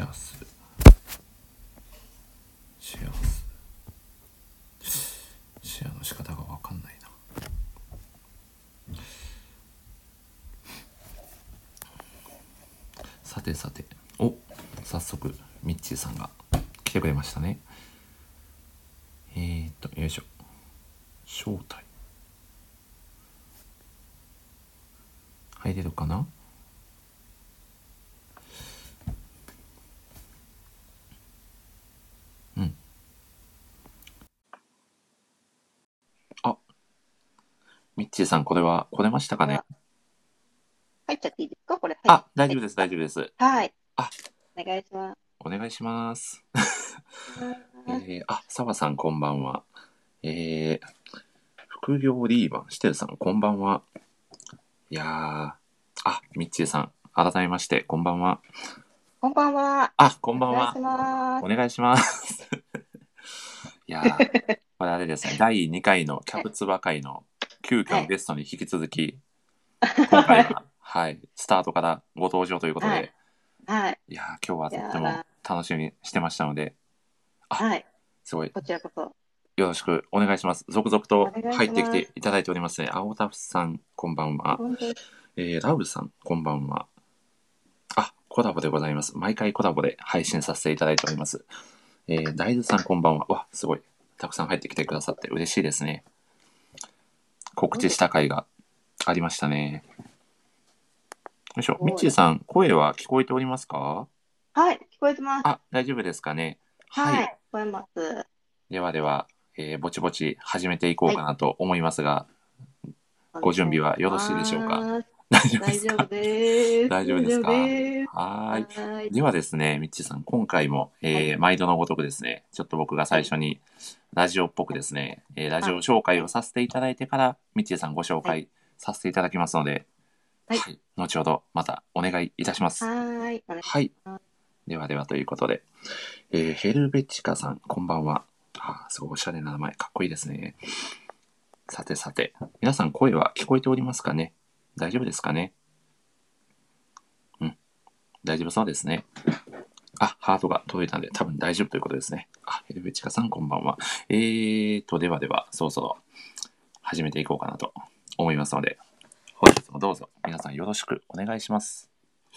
ェアするシェアの仕方が分かんないな。さてさて、早速ミッチーさんが来てくれましたね。よいしょ。招待入れるかな。ミッチーさん、これは来れましたかね。 入っちゃっていいですかこれ。 大丈夫です、大丈夫です。 はい。お願いします。 お願いします。澤さんこんばんは。副業リーバー、シテルさんこんばんは。いやミッチーさん、改めましてこんばんは。 こんばんは。 こんばんは。 お願いします。 お願いします。いやこれあれですね、第2回のキャプツバ会の急遽のゲストに引き続き、今回は、スタートからご登場ということで、 はい。 いや今日はとっても楽しみにしてましたので、すごい。 こちらこそ。 よろしくお願いします。続々とお願い入ってきします。 ていただいておりますね。青田さん、こんばんは。ラウさん、こんばんは。コラボでございます。毎回コラボで配信させていただいております。大豆さん、こんばんは。わ、すごい。たくさん入ってきてくださって嬉しいですね。告知した回がありましたね。よいしょ。ミッチーさん、声は聞こえておりますか？ はい、聞こえてます。 大丈夫ですかね。 はい、聞こえます。 ではでは、ぼちぼち始めていこうかなと思いますが、ご準備はよろしいでしょうか？大丈夫ですか？大丈夫ですか？はい。ではですね、ミッチーさん、今回も、毎度のごとくですね、ちょっと僕が最初にラジオっぽくですね、ラジオ紹介をさせていただいてから、ミッチーさんご紹介させていただきますので、後ほどまたお願いいたします。はい。ではではということで、ヘルベチカさん、こんばんは。すごいおしゃれな名前、かっこいいですね。さてさて、皆さん声は聞こえておりますかね？大丈夫ですかね？大丈夫そうですね。ハートが届いたんで多分大丈夫ということですね。ヘルベチカさんこんばんは。ではでは、そろそろ始めていこうかなと思いますので、本日もどうぞ皆さんよろしくお願いします。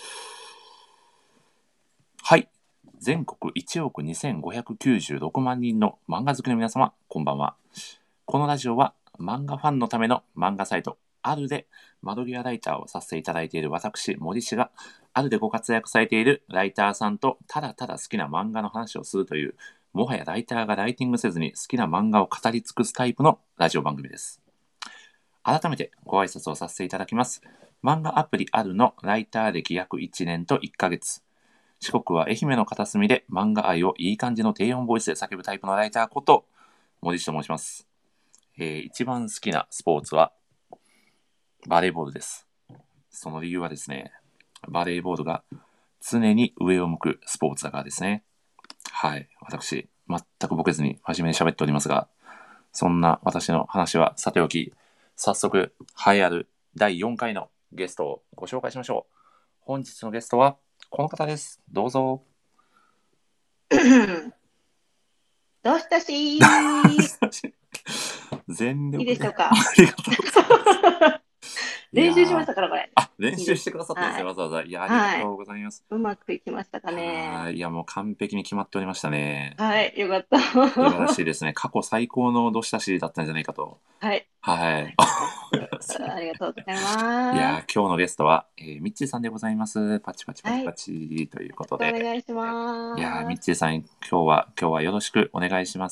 はい。全国1億2596万人の漫画好きの皆様、こんばんは。このラジオは漫画ファンのための漫画サイト、あるで窓際ライターをさせていただいている私、森氏が、あるでご活躍されているライターさんとただただ好きな漫画の話をするという、もはやライターがライティングせずに好きな漫画を語り尽くすタイプのラジオ番組です。改めてご挨拶をさせていただきます。漫画アプリあるのライター歴約1年と1ヶ月。四国は愛媛の片隅で漫画愛をいい感じの低音ボイスで叫ぶタイプのライターこと、森氏と申します。一番好きなスポーツはバレーボールです。その理由はですね、バレーボールが常に上を向くスポーツだからですね。はい。私、全くボケずに真面目に喋っておりますが、そんな私の話はさておき、早速、栄えある第4回のゲストをご紹介しましょう。本日のゲストはこの方です。どうぞ。 どうしたし全力いいでしょうか？ ありがとうございます。 練習しましたから、これ。 練習してくださったんですね、わざわざ。いや、ありがとうございます。 うまくいきましたかね？ いや、もう完璧に決まっておりましたね。 はい、よかった。 素晴らしいですね。過去最高のどしたしだったんじゃないかと。 はい。 はい。 ありがとうございます。 いや、今日のゲストは、ミッチーさんでございます。パチパチパチパチということで。 お願いしいや、ミます。 ッチーさん、今日はよろしくお願いします。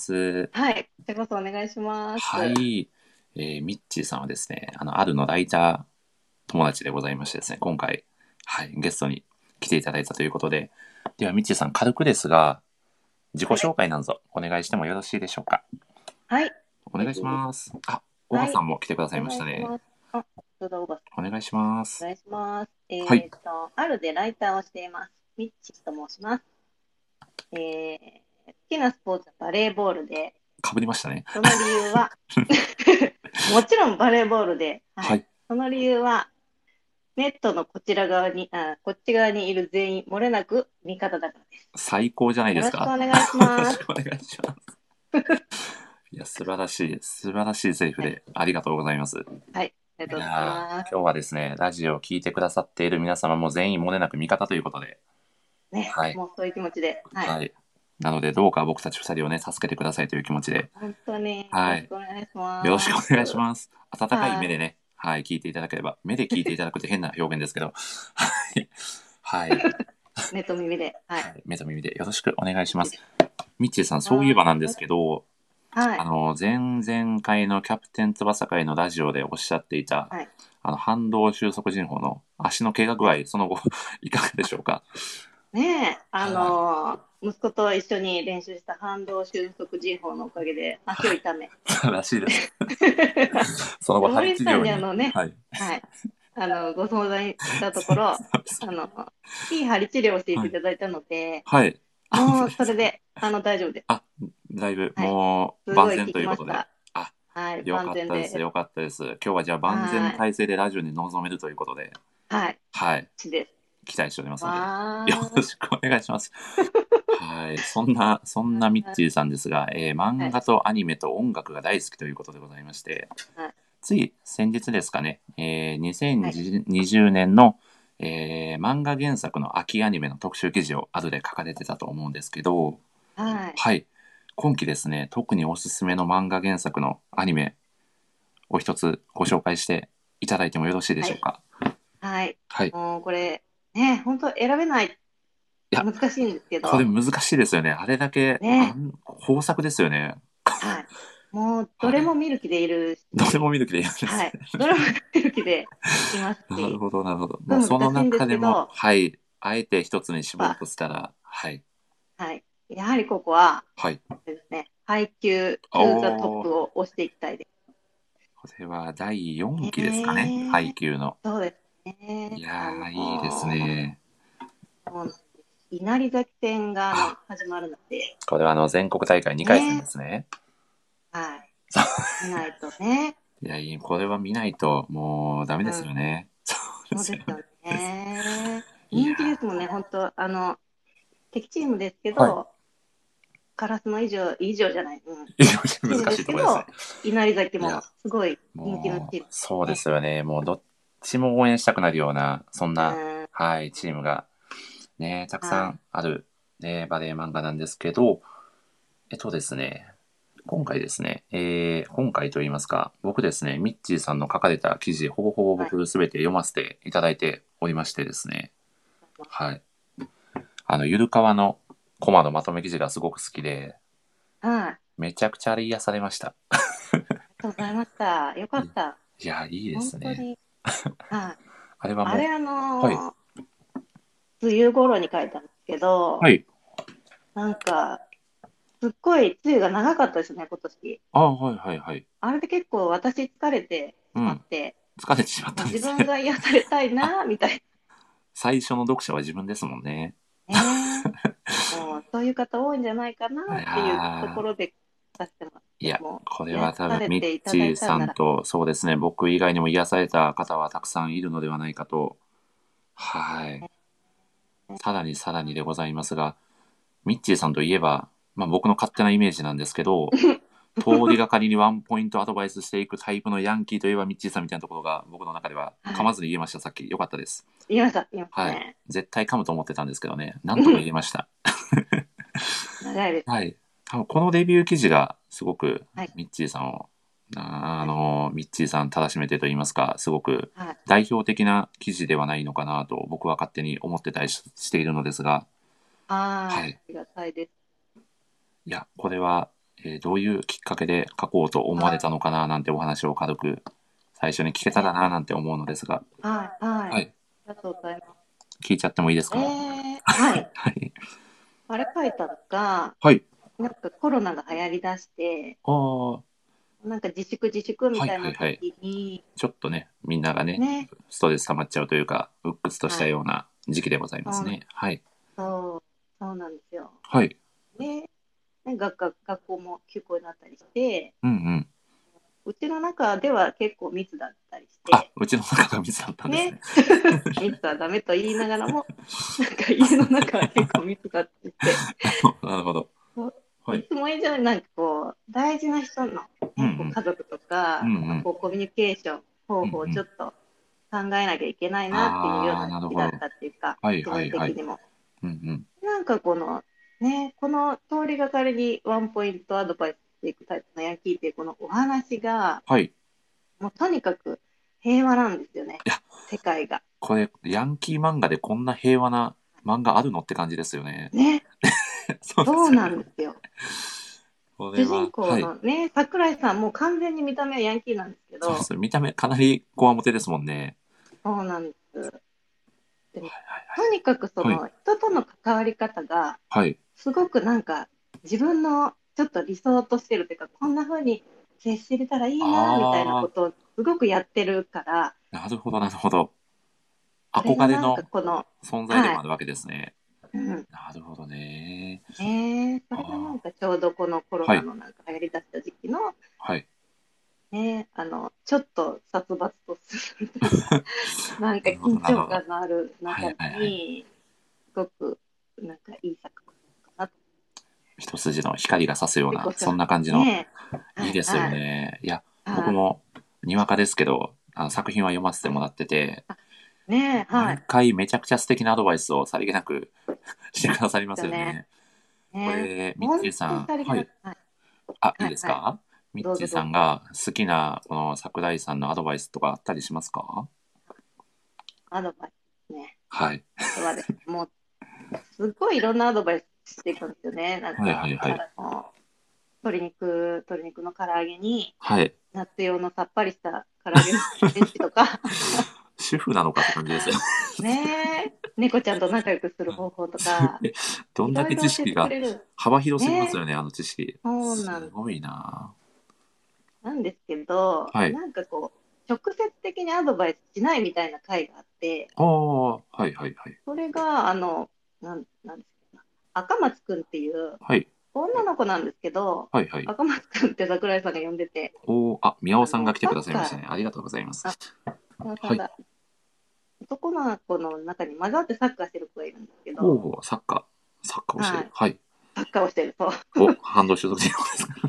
はい、こちらこそお願いします。 はい。ミッチーさんはですね、あるのライター友達でございましてですね、今回、ゲストに来ていただいたということで、では、ミッチーさん、軽くですが、自己紹介なんぞお願いしてもよろしいでしょうか？ はい。 お願いします。小川さんも来てくださいましたね。 どうぞ、小川さお願いしまん。おす。 願いします。 はい。 あるでライターをしています。ミッチーと申します。好きなスポーツはバレーボールで、 かぶりましたね。 その理由は、もちろんバレーボールで、 はい。 その理由は、 ネットのこちら側に、こっち側にいる全員、漏れなく味方だからです。 最高じゃないよろしくですか。 お願いしよろます。 しくお願いします。いや、素晴らしい、素晴らしいセリフはい。 でありがとうございます。いはい。ありがとうございやます。 今日はですね、ラジオを聞いてくださっている皆様も全員漏れなく味方ということで、 ね、 はい。 もうそういう気持ちで、はい。 はい。なので、どうか僕たち二人をね、助けてくださいという気持ちで、 本当によろしはい。 くお願いしよろしくます。 お願いします。温かい目はい。 でね、はい、聞いていただければ、目で聞いていただくって変な表現ですけど、はい。はい。 目と耳で、はい。 はい、目と耳でよろしくお願いします。 一致しミッチーさん、そういえます。 ばなんですけど、 はい。 前々回のキャプテン翼会のラジオでおっしゃっていた、 はい。 反動収束人法の足の怪我具合、 はい。 その後いかがでしょうか。 ねえ、 はい。 息子と一緒に練習した反動収束人法のおかげで足を痛め。 素晴らしいです。その後、針森内さんに治療に、はい。 はい、ご相談したところ、いい針治療をしていはい。 ただいたので、 はい。あ、本当もうですか。 それで、大丈夫です。 あ、だいぶはい。 もう万全すごい効ということで。 きました。 あ、 はい。 よ万かったです。 全で。 よかったです。今日はじゃあ万全はい。 体制でラジオに臨めるということで、 はい。 はい。 です。 期待しておりますので、よわー。 ろしくお願いします。はい。そんなミッチーさんですが、 はい。 漫画とアニメと音楽が大好きということでございまして、 はい。 つい先日ですかね、 はい。 2020年の、漫画原作の秋アニメの特集記事を後で書かれてたと思うんですけど、 はい。 はい。今期ですね、特におすすめの漫画原作のアニメを一つご紹介していただいてもよろしいではい。 しょうか。 はい。 はい。いもうこれ、ね、本当選べない、 や、 難しいんですけど、 これ難しいですよね。あれだけ、 ね、 豊作ですよね。 はい。もう、どれもはい。 見る気でいるどれもし、 見る気でいいんですはい。どれも見る気でいますね。なるし、 ほど、なるほど。 すごいもうその難しいんです中でも、 けど、 はい。あえて一つに絞るとましたら、はい。 あ、はい。やはりここは、 はい。 あれですね、配給 to the トッおー、 プを押していきたいでこれは第4 す期ですかね。配ね。 給の。 そうですね。 いやー、いいですね。 もう稲荷崎戦があ、 始まるので、 これは全国大会2回戦でね。 すね。 はい。見ないとね。 いや、これは見ないともうダメですうん。 よね。そうでそうですよすよね。 ね。 いや人気ですもんね、本当敵チームですけー、はい。 ど、カラスの以上じゃない、チームで難しいところですね。 すけど、稲荷崎いや、 もすごい人気のチームもう、そうでね。 すよね。もうどっちも応援したくなるような、そんうな、 ん。 はい、チームがね、たくさはい。 んある、ね、バレエ漫画なんですけど、ですね、今回ですね、今回と言いますか、僕ですね、ミッチーさんの書かれた記事、ほぼほぼはい。 僕すべて読ませていただいておりましてですね、はい。ゆるかわのコマのまとめ記事がすごく好きで、 はい。 めちゃくちゃあれ癒されました。 ありがとうございました。よかいった。 いや、いいですね。 本当に。はい。 あれはもあれう、はい。 梅雨頃に書いたんですけど、 はい。 なんか、すっごい梅雨が長かったですね、今年。 はいはいはい。 あれで結構私疲れてしまっうん。 て、 疲れてしまっもうたんですね。 自分が癒されたいあ、 な、みたい最初の読者は自分ですもんね。 なね。もうそういう方多いんじゃないかないっていうとこやろで出してもらって、 いや、 もう癒これは多分、 されミッていただいチーさたんなら、 んと、そうですね、僕以外にも癒された方はたくさんいるのではないかと、はい。さらにさらにでございますが、ミッチーさんといえば、まあ僕の勝手なイメージなんですけど、通りがかりにワンポイントアドバイスしていくタイプのヤンキーといえばミッチーさんみたいなところが僕の中では噛はい。 まずに言えました、さっき。よかったです。 言いました、言いましたはい。 ね。 絶対噛むと思ってたんですけどね、なんとか言えました。 長いです。 はい。多分このレビュー記事がすごくはい。 ミッチーさんを、 はい。 ミッチーさんたらしめてと言いますか、すごくはい。 代表的な記事ではないのかなと僕は勝手に思ってたりしているのですが、 はい。あはい。 りがたいです。 いや、これは、どういうきっかけで書こうと思われはたのかななんてお話を軽く最初に聞けい。ね。 たらななんて思うのですが、 はい。はい。あはい。 りがとうございます。 聞いちゃってもいいですか？ はい。 はい。 あれ書いたのが、 はい。 なんかコロナが流行りだして、 ああ、はなんか自粛みいたいなはいはい。 時に、 ちょっとね、みんながね、 ね、 ストレス溜まっちゃうというか、鬱屈としはい、 たような時期でございますそうね。はい。 そうなんですよ。 はい。 で、ね、学校も休校になったりして、 うんうん。 うちの中では結構密だったりしあ、 て、 うちの中が密だったんですね。 密はダメと言いながらも、なんか家の中は結構密だったりして、 なるほど。はい。 いつも以上になんかこう、大事な人の、ね、こううんうん。 家族とか、 うんうん。 こうコミュニケーション方法をうんうん。 ちょっと考えなきゃいけないなっていうようああ、 ななるほど。 時期だったっていうか、 はい気分はいはい。 的にも。 うんうん。 なんかこの、ね、この通りがかりにワンポイントアドバイスしていくタイプのヤンキーっていうこのお話が、 はい。いもうとにかく平和なんですよね、 や、 世界が。 これ、ヤンキー漫画でこんな平和な漫画あるのって感じですよね。 ね、 そうでそうすよね。 なんですよ。主人これは、 公はい。 のね、桜井さんもう完全に見た目はヤンキーなんですけど、 そうですね。見た目かなりこわもてですもんね。 そうなんです。でも、 はいとにかくそはいはい。 の人との関わり方が、 はい。 すごくなんか自分のちょっと理想としてるというか、こんな風に接してたらいいな、みたいなあことをすごくやってるから、 あ、なるほどなるほど。 それがなんか憧れのこの、 存在ではい、 もあるわけですね。 うん、 なるほどね。 それがなんあかちょうどこのコロあ、はい。 ナのなんか流行り出した時期の、 はい。 ちょっと殺伐とするというか、なんかなるほど、 緊なるほど。 張感のあるはい中はいはい。 に、すごくなんかいい作品かなっ一筋の光が差すような、 てこそ、 そんな感じの、 ねえ、はい、 いいですよはい、 ね。いや、僕はい、 も、にわかですけど、作品は読ませてはい、 もらってて、 あ、ねえ、は毎い、 回めちゃくちゃ素敵なアドバイスをさりげなくしてくださりまですよね。 すよね。こねえ、 れ、ミッチー本当にさん、はい。 さりげなく、はい、 あ、いいはい、はい、 ですか？ミッチーどうぞどうぞ。 さんが好きな、この桜井さんのアドバイスとかあったりしますか？ アドバイスね。 はい。 あとはです。もう、すっごいいろんなアドバイスしていくんですよね。なんはいはか、 いはい。 鶏肉の唐揚げに、 はい。 夏用のさっぱりした唐揚げのレシピとか、 主婦なのかって感じですよ。 ねえ、猫ちゃんと仲良くする方法とか、 え、どんいだけろいろ教え知識がてくれる。 幅広すぎますねえ、 よね、あの知識。 そうなん、 すごいななんですけど、 はい。 なんかこう、直接的にアドバイスしないみたいな回があって、 ああ、はいはいはい。 それが、なんですか、赤松くんっていうはい。 女の子なんですけど、 はいはい。 赤松くんって桜井さんが呼んでて、 おー、あ、宮尾さんが来てサッくださいましたね。 カー、 ありがとうございます。 あ、宮尾さはい。 んだ、男の子の中に混ざってサッカーしてる子がいるんですけど、 おー、サッカー。サッカーをしてる。 はい、 はい。 サッカーをしてると。 お、反動所属人ですか？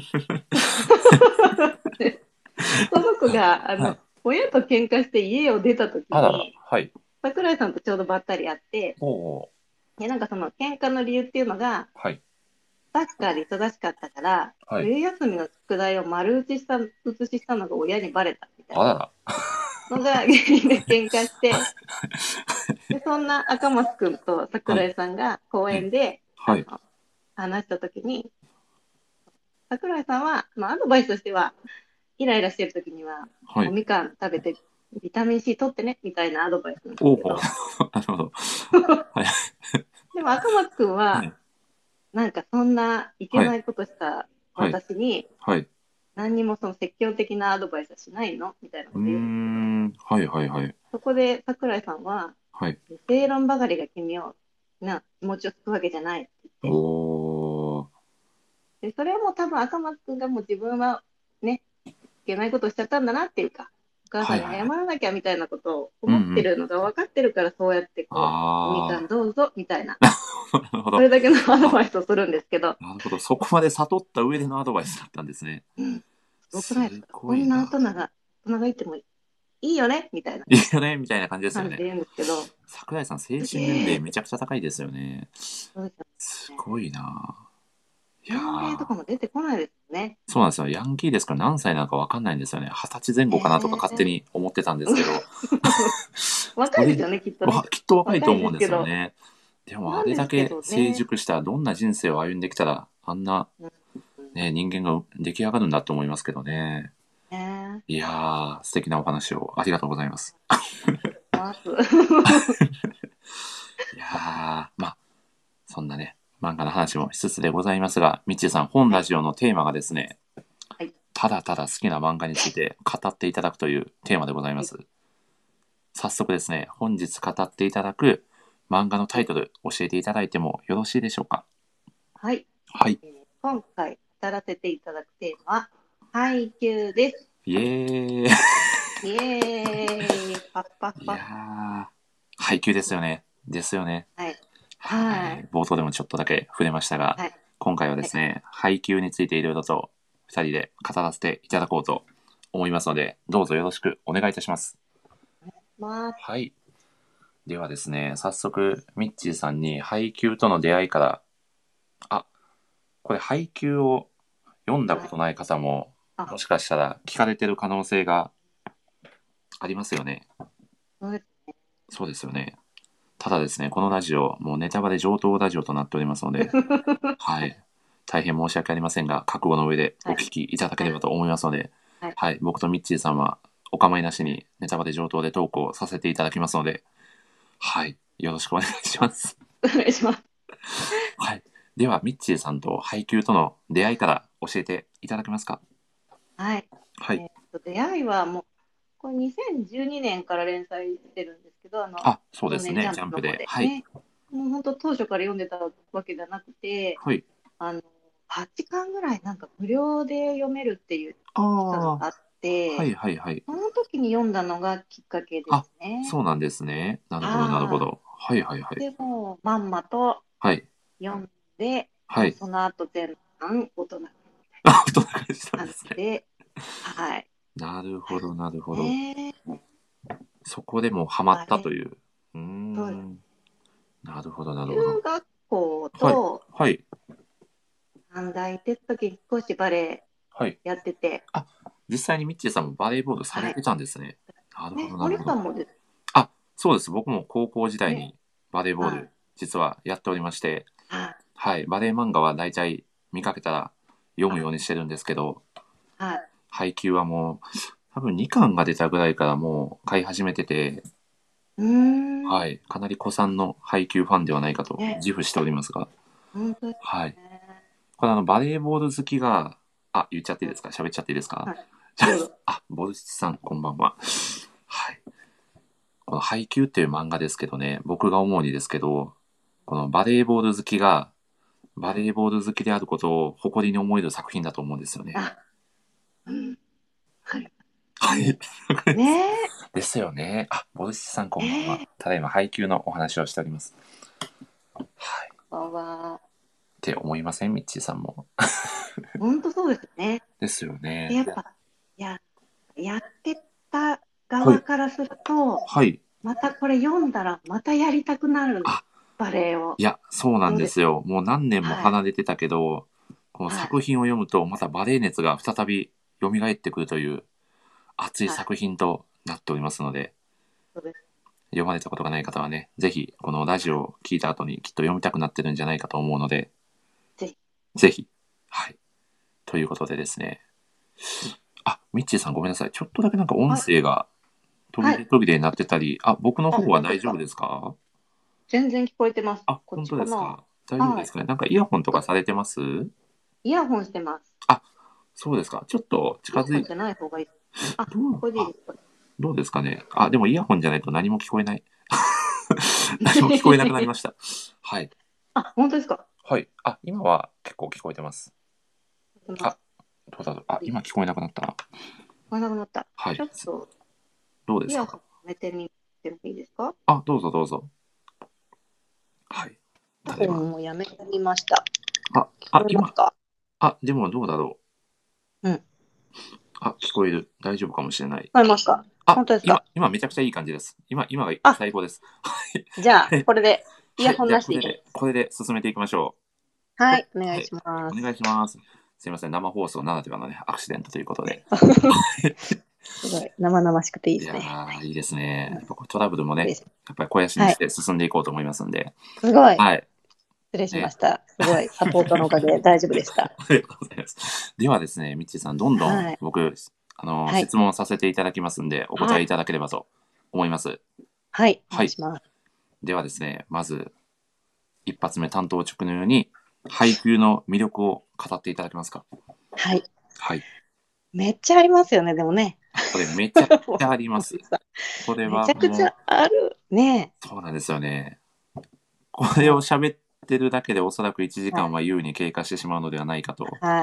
でその子が、 はい。 親と喧嘩して家を出た時あらら、 に、 はい。 桜井さんとちょうどばったり会って、 おー、 で、なんかその喧嘩の理由っていうのが、 はい。 サッカーで忙しかったから、 はい。 冬休みの宿題を写ししたのが親にバレたみたいあらら。 なのが原因で喧嘩して、で、そんな赤松くんとはい。 桜井さんが公はい。 園で、 はい。 話したときに、桜井さんは、アドバイスとしては、イライラしてるときには、 はい。 おみかん食べて、ビタミン C 取ってね、みたいなアドバイスなんですおー、 けど、 なるほど。はい。 でも赤松くんは、 はい。 なんかそんないけはい。 ないことしたはい。 私に、 はい。 何にもその積極的なアドバイスはしないのみたいなうーこと言うんですけど、 ん。はいはいはい。 そこで桜井さんは、 はい。 正論ばかりが君を、気持ちを救うわけじゃないって言って、 おー。 で、それはもう多分赤松くんがもう自分はね、いけないことをしちゃったんだなっていうか、お母さんに謝はいはいはい。 らなきゃみたいなことを思ってうんうん。 るのが分かってるから、そうやってこう、おみかんあどうぞみたいな、 ー。なるほど。 それだけのアドあ、 バイスをするんですけど、 なるほど。そこまで悟った上でのアドバイスだったんですね。 うん、すごくすないですか？ ごこんないな。 大人がいてもいいよねみたいないいよねみたいな感じですよね。 感じで言うんですけど、 桜井さん、精すげ神年齢えって、 めちゃくちゃ高いですよね。 そうですよね。 すごいな。いや年齢とかー。 も出てこないですよね。 そうなんですよ。ヤンキーですから何歳なのかわかんないんですよね。20歳前後かなとか勝手えに思ってたんですけど、それ、 若いですよね、きっとね。 きっと若いと若い思うんですよですけど、 ね。でもあなんですけれだけどね。 成熟したどんな人生を歩んできたら、あんなうん、 ね、人間が出来上がるんだと思いますけどね。 ね、 いやー、素敵なお話をありがとうございます。 ます。 いやー、まあ、そんなね、漫画の話もしつつでございますが、ミッチーさん、本はい。 ラジオのテーマがですね、 はい。 ただただ好きな漫画について語っていただくというテーマでございまはい。 す。早速ですね、本日語っていただく漫画のタはい。 イトル、教えていただいてもよろしいでしょうか？ はい。 はい。 今回語らせていただくテーマは、配給です。 イエーイ。 イエーイ、パッパッいやパッ。 ー、配給ですよね。ですよね。 はい。はい。 はい。冒頭でもちょっとだけ触れましたが、 はい。 今回はではい。 すね、配給についていろいろと2人で語らせていただこうと思いますので、どうぞよろしくお願いいたします。 まあ、 はい。ではですね、早速、ミッチーさんに配給との出会いから、あ、これ配給を読んだことない方も、もあ、 しかしたら聞かれてる可能性がありますよね。 そうです。 そうですよね。ただですね、このラジオ、もうネタバレ上等ラジオとなっておりますので、はい。大変申し訳ありませんが、覚悟の上でおはい。 聞きいただけはい。 ればと思いますので、 はい。 はい。僕とミッチーさんはお構いなしにネタバレ上等でトークをさせていただきますので、はい。よろしくお願いします。 お願いします。 はい。では、ミッチーさんと配給との出会いから教えていただけますか？ はい。 はい。 出会いはもう、これ2012年から連載してるんですけど、 あ、そうですね。 少年ジャンジャンプで。 プの方ではい。 ね、もう本当当初から読んでたわけじゃなくて、 はい。 あの、8巻ぐらいなんか無料で読めるっていうああ、 期間があっはいて、 はいはい。 その時に読んだのがきっかけであ、 すね。 そうなんですね。なるほどなるほはど。はいはいはい。 い。 でもうまんまとはい。 読んで、 はい。 もうその後全巻大人みたいあ、大人がしたんな感ですね。 じで、はい。 なるほど、 入りなるほど。 ね。 そこでもうハマっバレー、 たという。うーそうです。 ん。なるほど、なる中ほど。 学校はい。 とはい。 短大行ってた時に少しバレはい。 ーやってて、 あ、実際にミッチーさんもバレーボールさはい。 れてたんですね。なるほど、 ね、 なるほど。 森さんもですあ、そうです。僕も高校時代ね。 にバレーボーはい。 ル、実はやっておりまして、 はい。 はい。バレー漫画は大体見かけたら読むあ、 ようにしてるんですけど、 はい。 配給はもう、多分2巻が出たぐらいからもう買い始めてて、 うーん。 はい。かなり古参の配給ファンではないかとね、 自負しておりますが、 本当ですはい。 ね。 これバレーボール好きが、あ、言っちゃっていいですか？喋っちゃっていいですか？ はい。どうぞ。 あ、ボルシチさん、こんばんは。はい。この配給っていう漫画ですけどね、僕が思うにですけど、このバレーボール好きが、バレーボール好きであることを誇りに思える作品だと思うんですよね。 あ、うん。はい。 はい。 ねですよね。あ、ボルシチさん、こえ、 んばんは。ただいま配給のお話をしております。はい。っこんばんは。 て思いません？ミッチーさんも。 本当そうですね。 ですよで、 ね。 やっぱ、やってたはい。 側からすると、 はい。 またこれ読んだらまたやりたくなるんです。 あ、 バレエを。 いや、そうなんどうです？ ですよ。もう何年もはい。 離れてたけど、このはい。 作品を読むと、またバレエ熱が再び蘇ってくるという熱いはい。 作品となっておりますので、 そうです。 読まれたことがない方はね、ぜひ、このラジはい。 オを聞いた後にきっと読みたくなってるんじゃないかと思うので、 ぜひ。 ぜひ。はい。ということでですね。あ、ミッチーさんごめんなさい。ちょっとだけなんか音はい。 声が途はい。 切れ途切れになってたり、あ、僕のあ、 方は本当ですか？ 大丈夫ですか？ 全然聞こえてます。 あ、 こっ本ちかな？ 当ですか？大丈夫はい。 ですかね？なんかイヤホンとかされてます？ イヤホンしてます。 あ、そうですか。ちょっと近づい、 イヤホンじゃない方がいい。あ、 どう、 これでいいあ、 ですか？ どうですかね。あ、でもイヤホンじゃないと何も聞こえない。何も聞こえなくなりました。はい。 あ、本当ですか？ はい。あ、今は結構聞こえてます。あ、 聞こえてます。 どうだろう。あ、今聞こえなくなったな。 聞こえなくなった。 はい。 ちょっと、 どうですか？ イヤホン埋めてみてもいいですか？ あ、どうぞどうぞ。はい。 イヤただいま。 ホンもやめてみました。 あ、 聞こあ、今、 えますか？ あ、でもどうだろう。 うん。聞あ、聞こえる。大丈夫かもしれない。 こえますか？ あ、今、 本当ですか？ 今めちゃくちゃいい感じです。今があ、 最高です。はい。 じゃあ、これで、イはい。 ヤホンじゃあ、 なしでいきます。 これで進めていきましょう。 はい、お願はい。 いしまおす。 願いします。すいません。生放送ならではのね、アクシデントということで。 すごい、生々しくていいいやですね。 ー、いいですね。やっぱこうトラブルもね、 失礼しやっぱり肥やしにはい。 して進んでいこうと思いますんで。 すごい、 はい。 失礼しまね。 した。すごい、サポートのおかげで大丈夫でした。 ありがとうございます。ではですね、ミッチーさん、どんどんはい。 僕、 はい。 質問させていただきますんで、おはい。 答えいただければと思います。 はい。おはい。 願いします。 ではですね、まず、一発目、担当直入に、配給の魅力を語っていただけますか？ はい。 はい。 めっちゃありますよね、でもね。 これめちゃくちゃあります。 森さこれんめちはもう、 ゃくちゃある。ねそうなんですよね。これをも喋ってるだけでおそらく1 う、はい。 時間は優に経過してしまうのではないかと。 はい。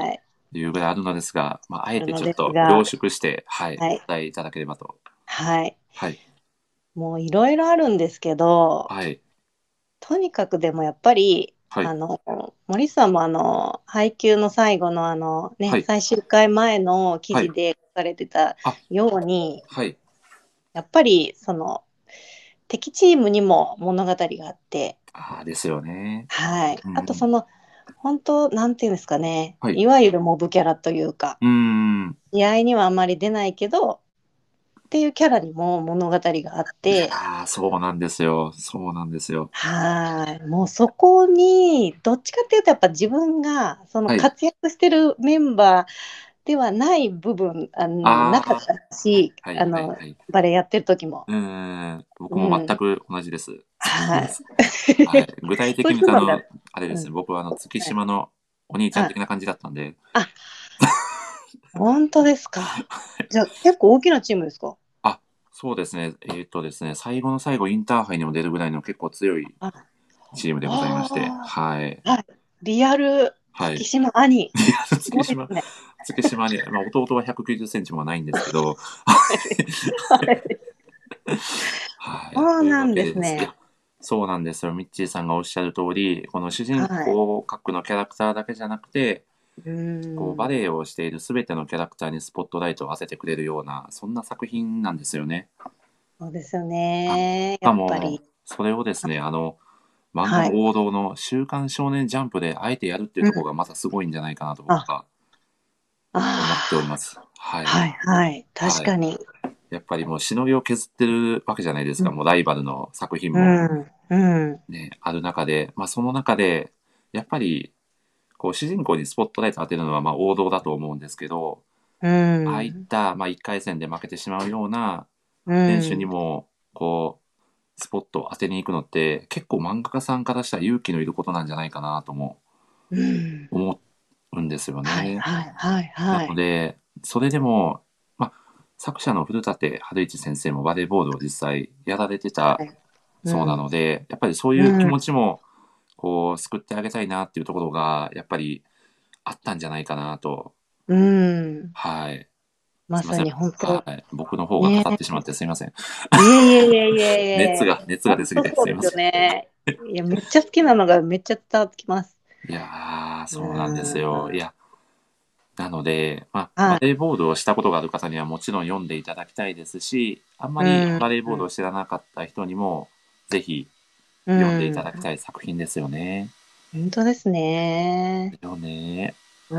いうぐらいあるのですが、まあ、あえてちょっとなのですが、 凝縮して、はい、 はい。 お答えいただければと。 はい。 はい。 もういろいろあるんですけど、 はい。 とにかくでもやっぱり、 はい。 森さんも配給の最後のね、 はい。 最終回前の記はい。 事で書かれてたあ、 ように、 はい。 やっぱり敵チームにも物語があって、 ああ、ですよね。 はい。 うんうん。 あと本当、なんていうんですかね、 はい。 いわゆるモブキャラというか、 うーん。 試合にはあまり出ないけど、っていうキャラにも物語があっいやて、 ー、そうなんですよ。そうなんですよ。 はい。もうそこに、どっちかっていうと、やっぱ自分が、そのはい。 活躍してるメンバーではない部分、なああ、 かったし、 はいはいはい。 バレーやってる時も。 うーん。僕うも全ん。 く同じです。そうはい。 です。はい。具体そう的に言うと、 いう部分では、 あれですね、 うん。 僕は月はい。 島のお兄ちゃんはい。 的な感じだったんで、 あ、本当ですか。じゃあ、結構大きなチームですか？ あ、そうですね。ですね、最後の最後、インターハイにも出るぐらいの結構強いあ、 チームでございまして、 あはい。 ー、はい。リアルはい。 月島兄。す月島、 ごいですね。 月島に、まあ、弟は190センチもないんですけど、 はい。 はい。 そうというなんでわけでです。いすね。 や、そうなんですよ。ミッチーさんがおっしゃる通り、この主人はい。 公格のキャラクターだけじゃなくて、 うーん。 バレエをしている全てのキャラクターにスポットライトを当ててくれるような、そんな作品なんですよね。 そうですよあしね。やかも、 っぱり。 それをですね、漫画はい。 の王道の週刊少年ジャンプであえてやるっていううん。 ところがまたすごいんじゃないかなと僕あ、 は思っておりあます。はあ、 い。 はいはい。確はい。 かに。 やっぱりもうしのぎを削ってるわけじゃないですか。 うん。 もうライバルの作品もうん。うん。 ね、ある中で、まあその中で、やっぱり、こう主人公にスポットライト当てるのはまあ王道だと思うんですけど、 うああいっん。 た、まあ1回戦で負けてしまうようなう選手にん。 も、こう、スポットを当てに行くのって、結構漫画家さんからしたら勇気のいることなんじゃないかなともうん。 思うんですよはいね。 はいはいなはい。 ので、それでも、まあ、作者の古舘春一先生もバレーボールを実際やられてたはい。うそうなん。 ので、やっぱりそうういう気ん。 持ちも、こう、救ってあげたいなっていうところが、やっぱりあったんじゃないかなと。 うん。 はい。すいません。 まさに本当、 はい。僕の方がね。 語ってしまってすいません。 いえいえいえいえいえ。 熱が出本すぎて当そうですよすいません。 ね。いや、めっちゃ好きなのがめっちゃ伝わってきます。 いやー、 うそうなんですよ。いん。 や、なので、まあ、バはい。 レーボールをしたことがある方にはもちろん読んでいただきたいですし、あんまうりん。 バレーボールを知らなかった人にも、ぜひう読んでいただきん。 たい作品ですよね。 本当ですね。 よね。 うん。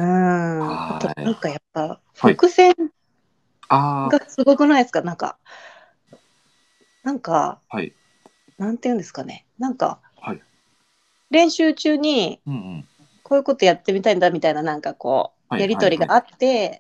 あと、 はい。 なんかやっぱ、 はい。 伏線あがすごくないですか？なんか、 あ、はい。 なんていうんですかね。なんか、 はい。 練習中に、 うんうん。 こういうことやってみたいんだみたいな、なんかこう、 はいやりはいはい。 とりがあって、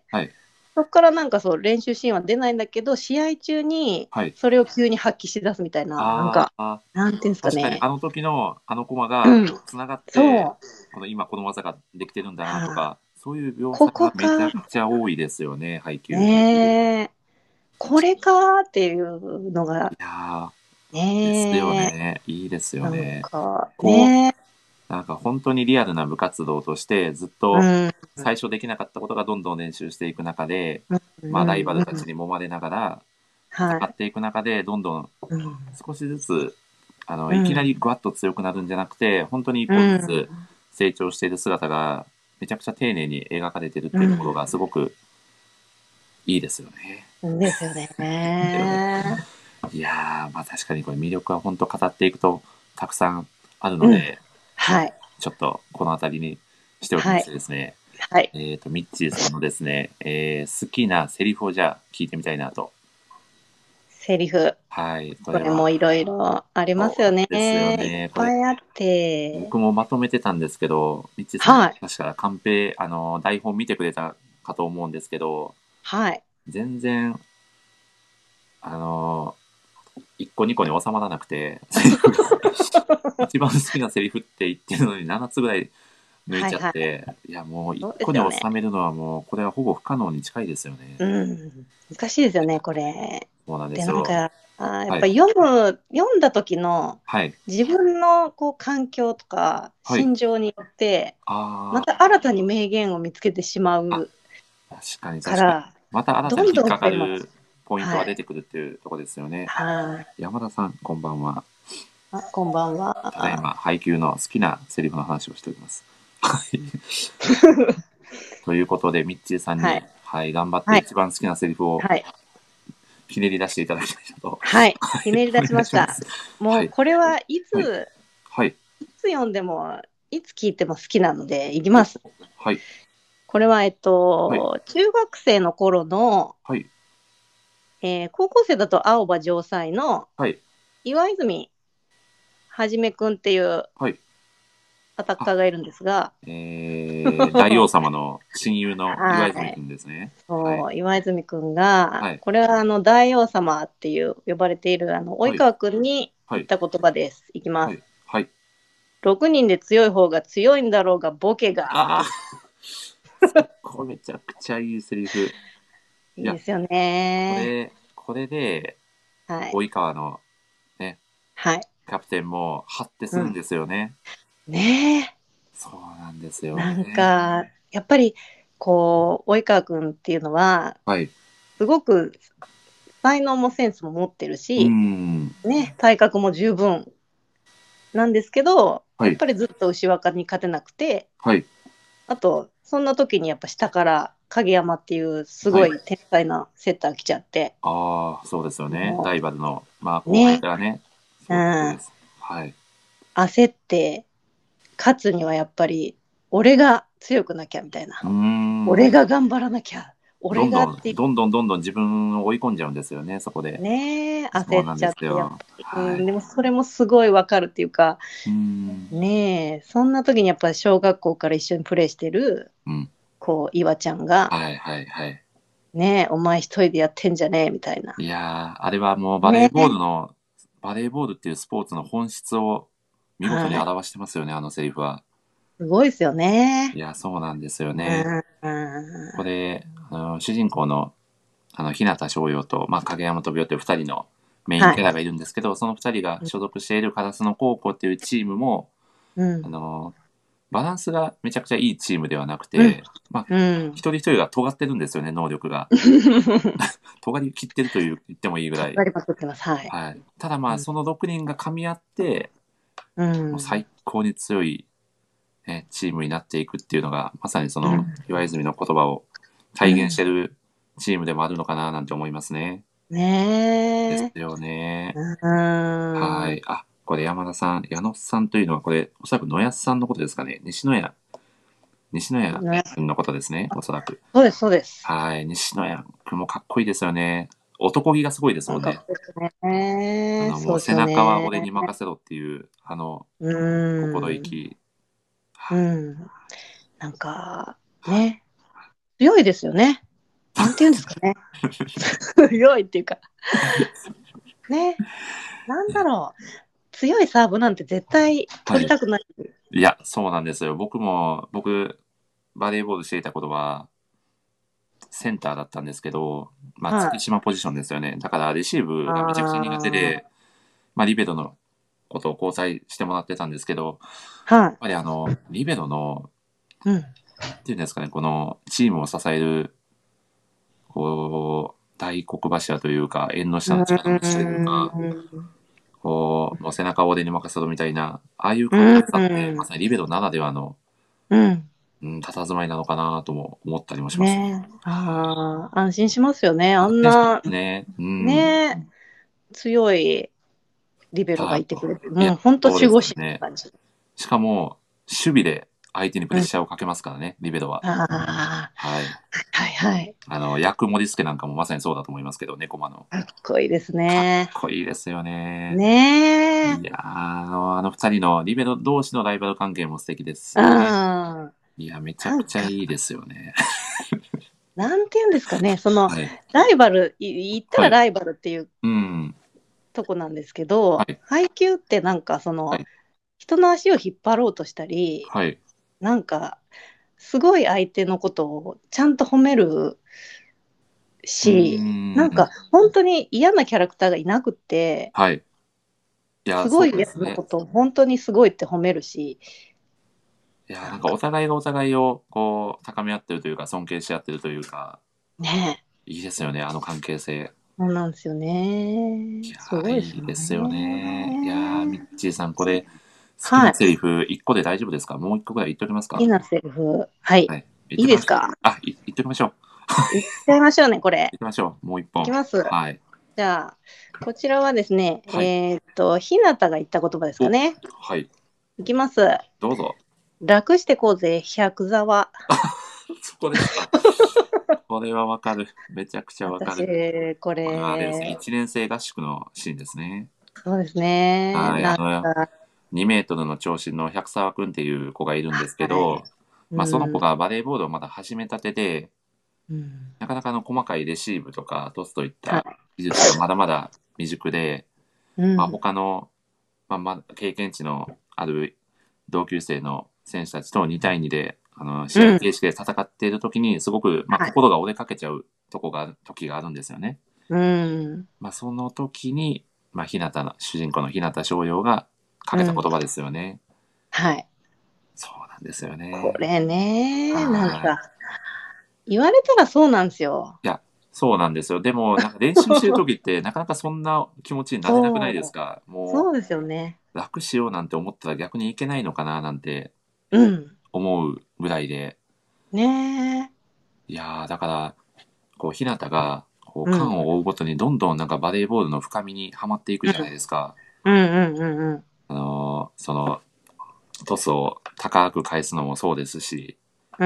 はい。 そこからなんかそう練習シーンは出ないんだけど、試合中にはい。 それを急に発揮し出すみたいな、なんか、 ああ、 なんていうんですかね。 確かにあの時のあのコマがうん。 つながって、 そう。 今この技ができてるんだなとはあ、 か、そういう描こ写がめちゃこか、 くちゃ多いですよね、配給。 ねえ、これかっていうのが、 いやー、ですよねえ、 ね。いいですよなんね。 か、 こねえ、 う、なんか本当にリアルな部活動としてずっうとん、 最初できなかったことがどんどん練習していく中で、 うん、 まあライバうん、うん、 ルたちに揉まれながら戦はい、 っていく中で、どんどんうん、 少しずつういきなりん、 ぐわっと強くなるんじゃなくて、本当に一う歩ずつん、 成長している姿がめちゃくちゃ丁寧に描かれてるっうていうところがん、 すごくいいですよね。 ですよね。 ですよね。いやー、まあ確かにこれ魅力は本当語っていくとたくさんあるのうん、 で、はい。 はい、 ちょっとこの辺りにしておきましてはい、 ですね、 はい。 ミッチーさんのですね、好きなセリフをじゃあ聞いてみたいなと。 セリフ。 はい、ここれは、 れもいろいろありますよそうね。 ですよいっね。これ、 ぱいあって。 僕もまとめてたんですけど、ミッチーさん、 はい。 確かカンペ、台本見てくれたかと思うんですけど、 はい。 全然、あの、1個2個に収まらなくて、セリフが一番好きなセリフって言ってるのに7つぐらい抜いちゃっはいはい。 て、いやもう一そうで個にすよね。 収めるのはもうこれはほぼ不可能に近いですよね。 うん。難しいですよね、これ。 そうなんでで、 すよ。 やっはい。 ぱ読んだ時のはい。 自分のこう環境とかはい。 心情によって、まあた新たに名言を見つけてしまあ、 う確かに確かに。 から、 また新たどんどんに引っかか増えます。 るポイントはい。 が出てくるっていうところですよね。あ、 はい。 山田さん、こんばんは。 こんばんただいは。 ま、配給の好きなセリフの話をしております。はい。ということで、ミッチーさんに、 はい。 はい、頑張ってはい。 一番好きなセリフをはい。 ひねり出していただきたいなと。 はい。 はい、 ひねり出お願しました。 いします。 もうはい。 これはいはい。 つ、 はい。 いつ読んでも、いつ聞いても好きなので、いきお、 ます。 はい。 これは、 はい。 中学生の頃の、 はい。 高校生だと青葉城西のはい。 岩泉はじめくんっていうはい。 アタッあ、 カーがいるんですが、 大王様の親友の岩泉くはい。 んですね。はい。 そう、岩泉くんが、 はい。 これは大王様っていう呼ばれているはい。 及川くんにはい。 言った言葉です。いきます。 はい。はい。 6人で強い方が強いんだろうが、ボケがっああ、 ていう。 そこめちゃくちゃいいセリフ。いや、 いいですよね。 これで、 はい。 及川のね、 はい。 キャプテンも、ハッてすうん。 るんですよね。 ねえ。 そうなんですよなんね。 か、やっぱり、こう、及川くんっていうのは、 はい。 すごく才能もセンスも持ってるうーし、 ん。 ね、体格も十分なんですけど、 はい。 やっぱりずっと牛若に勝てなくて、 はい。 あと、そんな時にやっぱ下から影山っていうすはい。 ごい天才なセッター来ちゃって、 ああ、そうですよね。 もライバルの、まあ、 う、 後輩ね、 からね。 うそうです、そうでん、 す。はい。 焦って勝つにはやっぱり、俺が強くなきゃみたいな。 うーん。 俺が頑張らなきゃ。俺がって、 どんどん自分を追い込んじゃうんですよね、そこで。 ね、 そうなん焦っちゃって、やっですよ。 ぱり、 はい。 でもそれもすごいわかるっていうか、 うーん。 ねえ、そんな時にやっぱり小学校から一緒にプレーしてる、 うん。 こう、岩ちゃんが、 はいはいはい。 ねえ、お前一人でやってんじゃねえみたいな。 いやー、あれはもうねえ、 バレーボールっていうスポーツの本質を見事にはい。 表してますよね、あのセリフは。 すごいですよね。 いや、そうなんですよね。 うん、うこれ、主人公の、日向翔陽と、まあ、影山飛雄っていう二人のメインはい。 キャラがいるんですけど、その二人が所属している烏野高校っていうチームも、 うん、 あの、バランスがめちゃくちゃいいチームではなくうん、 て、まあ、 うん。 一人一人が尖ってるんですよね、能力が。尖り切ってると言ってもいいぐらい。 尖りまくってます。はい。 はい。ただまあ、 うん、 その6人が噛み合って、 うん、 もう最高に強い、ね、チームになっていくっていうのが、まさにその、 うん、 岩泉の言葉を体現してるチームでもあるのかななんて思いますね。ですねえ。 よね。 うん。 はい。あ、これ山田さん、矢野さんというのはこれ、おそらく野安さんのことですかね。西野谷ね、 君のことですね、おそらく。 そうです、そうです。 はい。西野谷君もかっこいいですよね。男気がすごいですもんね。 かっこいいですね。 もうそうですよ背中はね。 俺に任せろっていう、 う心意ん。 気。 うはい。 ん。なんか、 はい。 ね、強いですよね。なんて言うんですかね。強いっていうか、ね、なんだろう。強いサーブなんて絶対はい。 取りたくない。 いや、そうなんですよ。僕、バレーボールしていた頃は、センターだったんですけど、まあ、 はい。 月島ポジションですよね。だからレシーブがめちゃくちゃ苦手で、 ああ、 まあ、リベロのことを交際してもらってたんですけど、やっはい。 ぱりリベロの、 うん。 なんていうんですかね、このチームを支える、こう、大黒柱というか、縁のう下の力持ちというか、 ん。 こう、もう背中を俺に任せろみたいな、ああいううかっこよさって、まん。 さにリベロならではの、 うん。 うん、佇まいなのかなとも思ったりもしますね。 ねえ。ああ、安心しますよね。あ安定しまんな、 すね。うん。 ねえ、強いリベロがはい。 いてくれて、 いや、 もう本当そうで守護神ってすよね。 感じ。 しかも、守備で相手にプうん。 レッシャーをかけますからね、リベロは。 ああ、 はい。 はいはい。 ヤクモリスケなんかもまさにそうだと思いますけど、猫間の。 かっこいいですかっね。 こいいですよね。 ねえ。 いやー、あの二人のリベロ同士のライバル関係も素敵ですうしね。 ん。 いや、めちゃくちゃなんか、 いいですよね。 なんて言うんですかね、 はい。 ライバル、言ったはい。 らライバルっていううん。 とこなんですけど、 はい。 配球ってなんかはい。 人の足を引っ張ろうとしたり、 はい。 なんかすごい相手のことをちゃんと褒めるうーし、なんん。 か本当に嫌なキャラクターがいなくて、 はい。いや、そすごいうですね。 やつのことを本当にすごいって褒めるし、 いや、なんかなんかお互いがお互いをこう高め合ってるというか、尊敬し合ってるというか、 ね、 いいですよね、あの関係性。 そうなんですよいね。すやー、 ごいですよいいですよね。いやー、ミッね。 チーさん、これ、好きはい。 なセリフ1個で大丈夫ですか？もう1個ぐらい言っときますか？ 好きなセリフ。はい。 はい。言っいいときましょう。 ですか？ あ、言っときましょう。 いっちゃいましょうね、これ。 言っときましょう。もう1本。 いきます。 はい。 じゃあ、こちらはですね、 はい。 ひなたが言った言葉ですかお、 ね。 はい。 いきます。 どうぞ。 楽してこうぜ、百座は。 そこですか。これはわかる。めちゃくちゃわかる。 私、ここれはあれですね。 れ、 1年生合宿のシーンですね。 そうですね。 はい。 なんか、 2メートルの長身の百沢くんっていう子がいるんですけはい。 ど、まあ、その子うん。 がバレーボールをまだ始めたてで、 うん。 なかなか細かいレシーブとかトスといったはい。 技術がまだまだ未熟で、まあ、 うん。 他の、経験値のある同級生の選手たちと2対2で試合うん。 形式で戦っている時にすごく、 はい。 心が折れかけちゃう時があるんですよね。 うん。 まあ、その時に、主人公の日向翔陽がかけたうん。 言葉ですよね。 はい。 そうなんですよね。 これね、なんはい。 か、言われたらそうなんですよ。 いや、そうなんですよ。でも、なんか練習してる時って、なかなかそんな気持ちになれなくないですそう。 か？もそうですよね。 う、楽しようなんて思ったら逆にいけないのかななんてうん。 思うぐらいで、 ねえ。 いやー、だから、日向が、 うん。 缶を追うごとにどんどんなんかバレーボールの深みにはまっていくじゃないうん。 ですか。 うんうんうんうん。 その、トスを高く返すのもそうですし、 うん。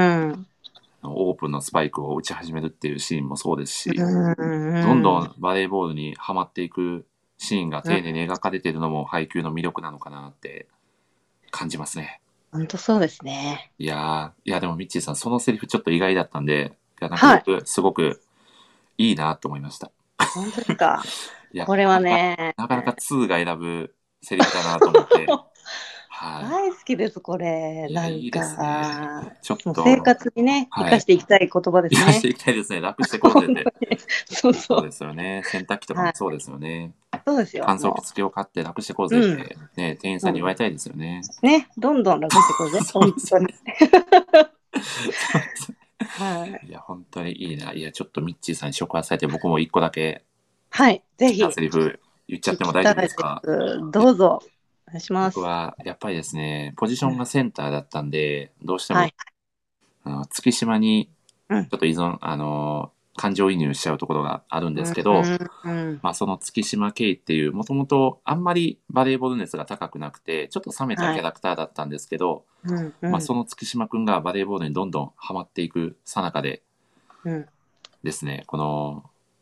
オープンのスパイクを打ち始めるっていうシーンもそうですうし、どんどんうん。 んバレーボールにはまっていくシーンがうん。 丁寧に描かれているのも配球の魅力なのかなって感じますね。 本当そうですね。 いやでもミッチーさん、そのセリフちょっと意外だったんで、なんかはい。 僕、すごくいいなと思いました。 本当ですか。 いや、 これはね、 なかなか2が選ぶセリフだなと思って、はい。 大好きです、これ。 いや、 なんいいですね。 か、 ちょっもう生と、 活にね、生はい。 かしていきたい言葉ですね。 生かしていきたいですね。楽してこうぜって。 本当に。そうそそうでう。 すよね。洗濯機とかもはい。 そうですよね。 そうですよ、 乾燥機も付きを買って楽してこうう。うん。 ぜって、ね、店員さんに言われうん。 たいですよね。 ね、どんどん楽していこうぜ。 そう本当に。 ですよね。そうですね。 はい。 いや、本当にいいな。いや、ちょっとミッチーさんに触発されて、僕も一個だけはい。ぜ好きなひ、 セリフ言っちゃっ聞ても大丈きたいで夫ですか？ す。 いや、 どうぞ。お願いします。 僕はやっぱりですね、ポジションうん。 がセンターだったんで、どうしても、 はい。 月島にうん。 ちょっと感情移入しちゃうところがあるんでうん。 すけど、 うん。 その月島圭っていう、もともとあんまりバレーボール熱が高くなくて、ちょっと冷めたはい。 キャラクターだったんですけど、 うん。うん。 その月島くんがバレーボールにどんどんハマっていくさなかでうん。 ですね、この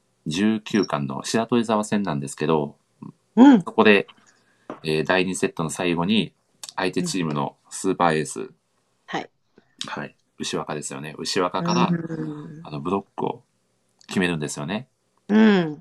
19巻の白鳥沢戦なんですけど、 うん。 そこで、第2セットの最後に相手うん。 チームのスーパーエース、 はい。 はい、牛若ですよね。牛若うからん。 ブロックを決めるんですよね。 うん。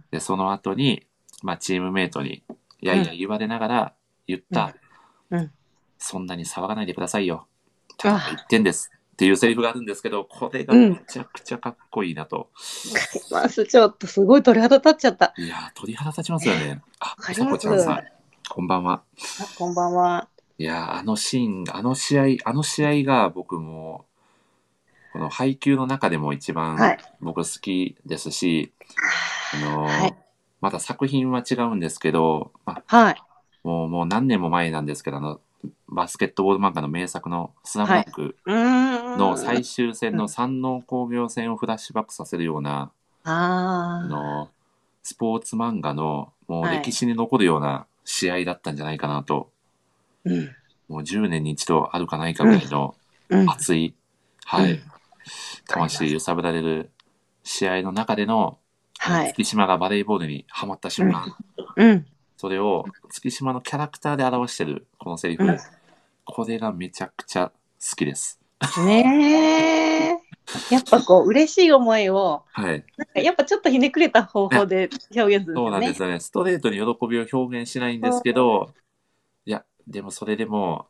で、その後に、チームメイトに、やうん。 いや言われながら言っうん。 た、 うん。 そんなに騒がないでくださいよ。ただの一あ、 点です。っていうセリフがあるんですけど、これがめうん。 ちゃくちゃかっこいいなと。 わかります。ちょっとすごい鳥肌立っちゃった。 いやー、鳥肌立ちますよね。あ、 わかうさります。 こちゃんさん、こんばんは。 あ、こんばんは。 いやー、あのシーン、あの試合が僕も、この配球の中でも一番はい。 僕好きですし、あはい。 のーまた作品は違うんですけど、 はい。 もう何年も前なんですけど、バスケットボール漫画の名作のスラムはい。 ダンクうーん。 の最終戦の山王工業戦をフラッシュバックさせるような、ああの、スポーツ漫画のもうあ。はい。 歴史に残るような試合だったんじゃないかなと、 うん。 もう10年に一度あるかないかうん。 ぐらいのうん。 熱い、 うん。わはい、 かります。 魂揺さぶられる試合の中での、 はい。 月島がバレーボールにはまったうん。 瞬間、 うん。 それを月島のキャラクターで表してるこのセリうん。 フ、これがめちゃくちゃ好きです。 ねえ。やっぱこう、嬉しい思いを、 はい。 なんかやっぱちょっとひねくれた方いや、 法で表現するんですそうよね。 なんですよね。ストレートに喜びを表現しないんですけそう。 ど、いや、でもそれでも、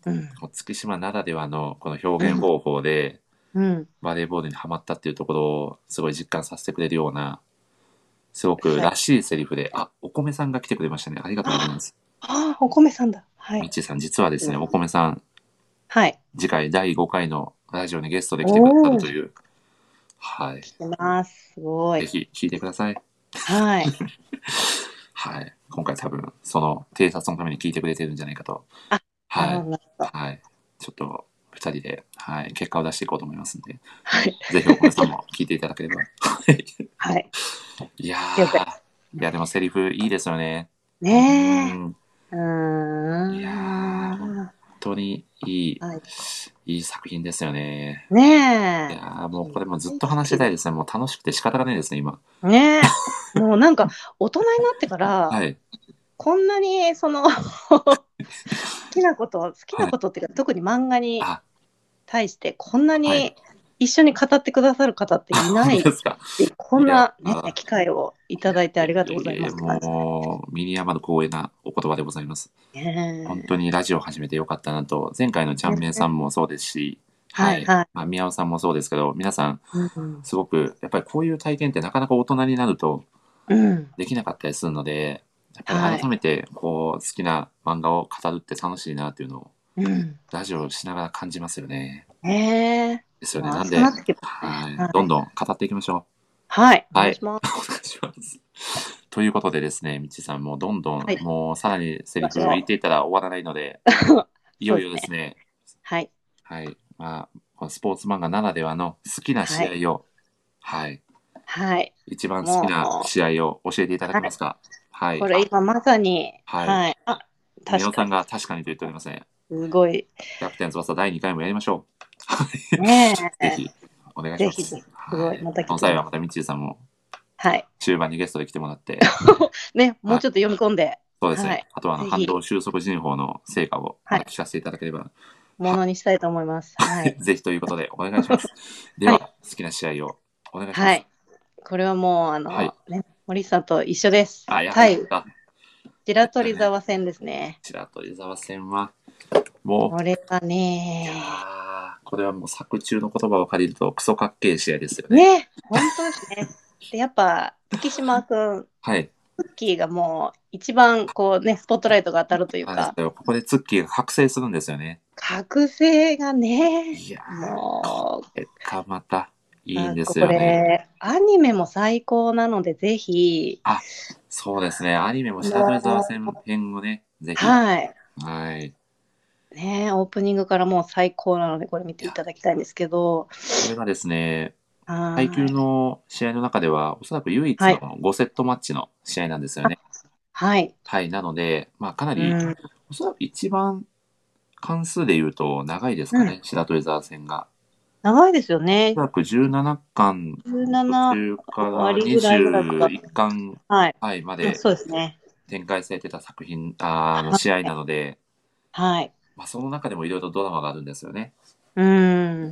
うん。 月島ならではのこの表現方法でうん。 バレーボールにはまったっていうところをすごい実感させてくれるような、すごくはい。 らしいセリフで、お米さんが来てくれましたね。ありがとうございます。 お米さんだ。はい。 みっちーさん、実はですね、お米さん、 はい。 次回第5回のラジオにゲストで来てくださるおお、 という、はい。 来てます。すごい。 ぜひ聞いてください。 はい。 はい。今回多分、その偵察のために聞いてくれてるんじゃないかと。 あ、なるほど、 はい。 なるほど。 はい。ちょっと、二人で、はい、結果を出していこうと思いますんで、 はい。 ぜひお米さんも聞いていただければ。はい。 はい。 いや了解。 いや、でもセリフいいですよね。うーねん。 え。 いや本当にはい。 いい作品ですよね。いねやもうこれもずっ大と好きです。 話したいですね。もう楽しくて仕方がないですね、今。 ねえ。もうなんか、大人になってから、 はい。 こんなに、好きはい。 なことっていうか、特に漫画にあ、 対して、こんなはい。 に一緒に語ってくださる方っていないっ本当ですか。 て、こんいやなね、機会をいただいてありがとうございますって感じで。 もう、身に余る光栄なお言葉でございます。本当ねにラジオを始めてよかったなと、前回のちゃえ。 んめいさんもそうですし、はい。 はいはい。 まあ、宮尾さんもそうですけど、皆さん、 うん。 すごく、やっぱりこういう体験ってなかなか大人になるとうん。 できなかったりするので、やっぱりはい。 改めて、こう、好きな漫画を語るって楽しいなっていうのを、 うん。 ラジオをしながら感じますよね。 ねえ。 ですよね。 もうなんで、 熱くなってきますね。 はい。 はい。 どんどん語っていきましょはい。 う。はい。 お願いします。 お願いします。ということでですね、みちさんもどんどん、 はい。行もうさらにセきまリしょう。 フ言っていたら終わらないので、いよいよそうですね。 ですね、 はい。 はい。まあ、このスポーツ漫画ならではの好きなはい。 試合を、はい。 はい。 一番好きもなう、 試合を教えていただはい。 けますか？はい。 これ今まさに、 はい。 はい。 宮尾さん確かに。 が確かにと言っておりますね。 すごい。 キャプテン翼第2回もやりましょう。はい。 ねぜえ。 ひ、お願いします。 ぜひぜひ。すごい。 はい。 またこ来てください。 の際はまたみちさんもはい。 中盤にゲストで来てもらって、 ね、もはい。 うちょっと読み込んで、 そうですね。 はい。 あとはぜひ、 反動収束人法の成果をまはい。 た聞かせていただければ、 ものにしたいと思います。はい。 ぜひということでお願いします。では、 はい。 好きな試合をお願いします。 はい。これはもう、 はい。 ね、森さんと一緒です。 やはり対だ。 白鳥ですよね。 沢戦ですね。 白鳥沢戦は、もう、 これはいやね、 これはもう作中の言葉を借りるとクソかっけえ試合ですよね。 ね、本当ですね。で、やっぱ、月島くん、 はい。 クッキーがもう、一番、こうね、スポットライトが当たるというか、 なんですよ。ここでツッキーが覚醒するんですよね。 覚醒がね、 いやこもれがまたう、 いいんですこよね。 れ、アニメも最高なので、ぜひ、 あ、そうですね。アニメも白鳥沢も戦編をね、ぜう、 ひ。 はい。 はい。 ね、オープニングからもう最高なので、これ見いや、 ていただきたいんですけど、 これがですね、配球はい。 の試合の中では、おそらく唯一のはい。 5セットマッチの試合なんですよあ、 ね。 はい。 はい。なので、まあ、かなうり、 ん。 おそらく一番関数で言うと長いですうん。 かね、白鳥沢戦が。 長いですよね。 おそらく17巻途 17 中から終わりぐらいぐらいかかっ 21巻、 はい。 はい、まうん、 でそうですね。 展開されてた作品、 は試合ない。 ので、 はい。 まあ、その中でもいろいろドラマがあるんですよね。 うん。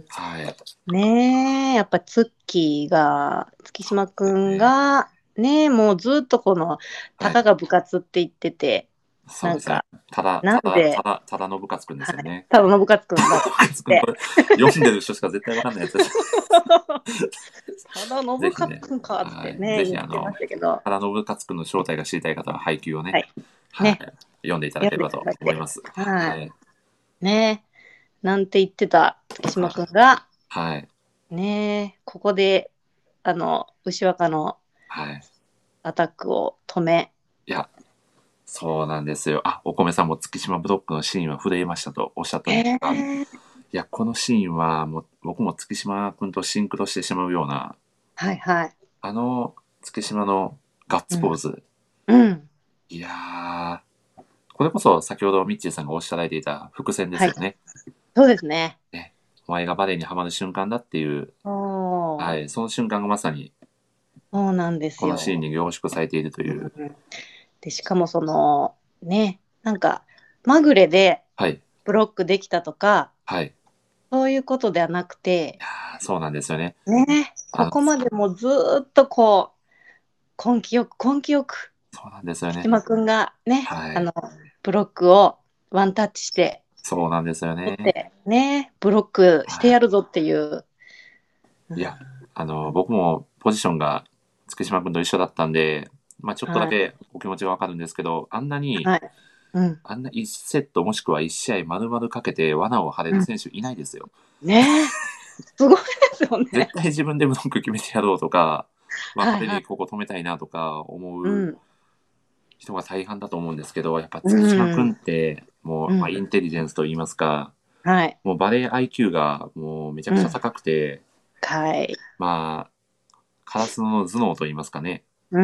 はい。 ねえ、やっぱ月島くんが、ねえ、もうずっとこの、 はい。 たかが部活って言ってて、 そうですね。 なんか、なんで、 ただの部活くんではい、 すよね。 ただの部活くんだっ部活くん、こて。 れ、読んでる人しか絶対わかんないやつです。 ただのぜひね、 部活くんかってはい。ぜね、 ひ言ってましたけど、 ただの部活くんの正体が知りたい方は配給をね、 はい。 はい。 ね、 読んでいただけ読んでいればとただいて。 思います。 はい。 はい。 ねえ、なんて言ってた月島くんはい。 が、 はい。 ねえ、ここで、牛若のはい。 アタックを止め、 いや、そうなんですよ。お米さんも月島ブロックのシーンは震えましたとおっしゃっておりまえしたが、 え、 いや、このシーンはもう僕も月島くんとシンクロしてしまうような、 はいはい。 月島のガッうん。 ツポーズ。 うん。 いやこれこそ先ほどミッチーさんがおっしゃられていた伏線ではい。 すよね。 そうですね。 ね。お前がバレエにはまる瞬間だっていう、はそう。 い、その瞬間がまさにそうなんですこのシーンよ。 に凝縮されているという。 うん。で、しかもね、なんか、まぐれではい、 ブロックできたとか、 はい。いそういうことではなくて、 やそうなんですよね。 ね、こあの、 こまでもずーっとこう、根気よく、 そうなんですよね。 木島くんがね、 はい。 ブロックをワンタッチして、 そうなんですよ取っね。 てね、ブロックしてはやるぞっていう。 い。いや、僕もポジションが月島君と一緒だったんで、まあちょっとだはい。 けお気持ちがわかるんですけど、 はい。うん。 あんな1セットもしくは1試合丸々かけて罠を張れうん。 る選手いないですよ。 ねえ。すごいですよね。 絶対自分でブロック決めてやろうとか、まあこれはいはい。 にここ止めたいなとか思ううん。 人が大半だと思うんですけど、やっぱう月島君っん。 て、もう、まあ、 うん。 インテリジェンスといいますか、 はい。 もうバレー IQ がもうめちゃうん。 くちゃ高くて、 はい。 まあ、カラスの頭脳といいますかね、 うん。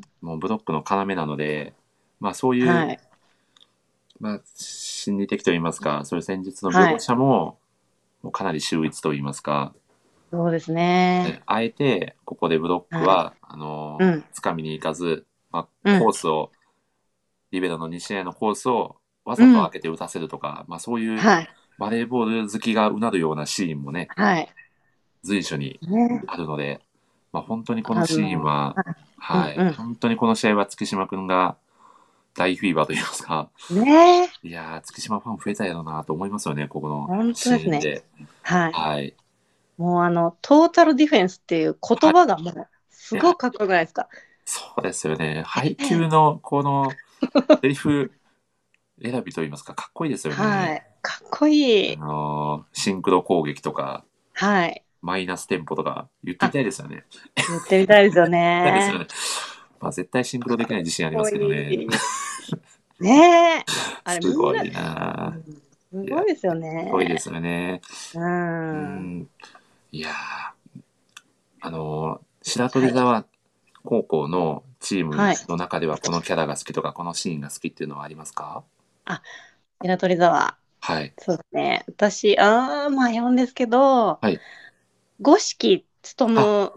もうブロックの要なので、まあそういう、 はい。 まあ、心理的といいますか、そういう戦術の描はい。 写も、もうかなり秀逸といいますか、 そうですね。 あえて、ここでブロックはい。 は、 うん。 掴みに行かず、まあ、 うん。 コースを、リベロの2試合のコースをわざと開うん。 けて打たせるとか、まあそういうはい。 バレーボール好きがうなるようなシーンもね、 はい。 随所にね。 あるので、まあ本当にこのシーンあの、 は、 はい。うはい、 んう本当にこの試合は月島くんが大フィーバーといいますか、 ん。ねえ。 いやー、月島ファン増えたやろうなと思いますよね、ここの本当ですね。 シーンで。 はい。 はい。 もうトータルディフェンスっていう言はい。 葉がもう、 いや、 すごくかっこよくないですか。 そうですよね。配ねえ。 球のこのセリフ選びといいますか、かっこいいですよね。 はい。かっこいい。 シンクロ攻撃とか、 はい。 マイナステンポとか言ってみあ、 たいですよね。 言ってみたいですよたいですよね。 ね。まあ絶対シンクロできない自信ありまかっこすけどね。 いい。ねえ。あれみんな、 すごいなぁ。 うん、すいや、 ごいですよすごいでね。 すよね。 ううん。 ん。いやー、白鳥はい。 沢高校のチームはい。 の中ではこのキャラが好きとか、このシーンが好きっていうのはありますか？ あ、白鳥沢。 はい。 そうですね。私、迷うんですけど、 はい。 五色あ、 勉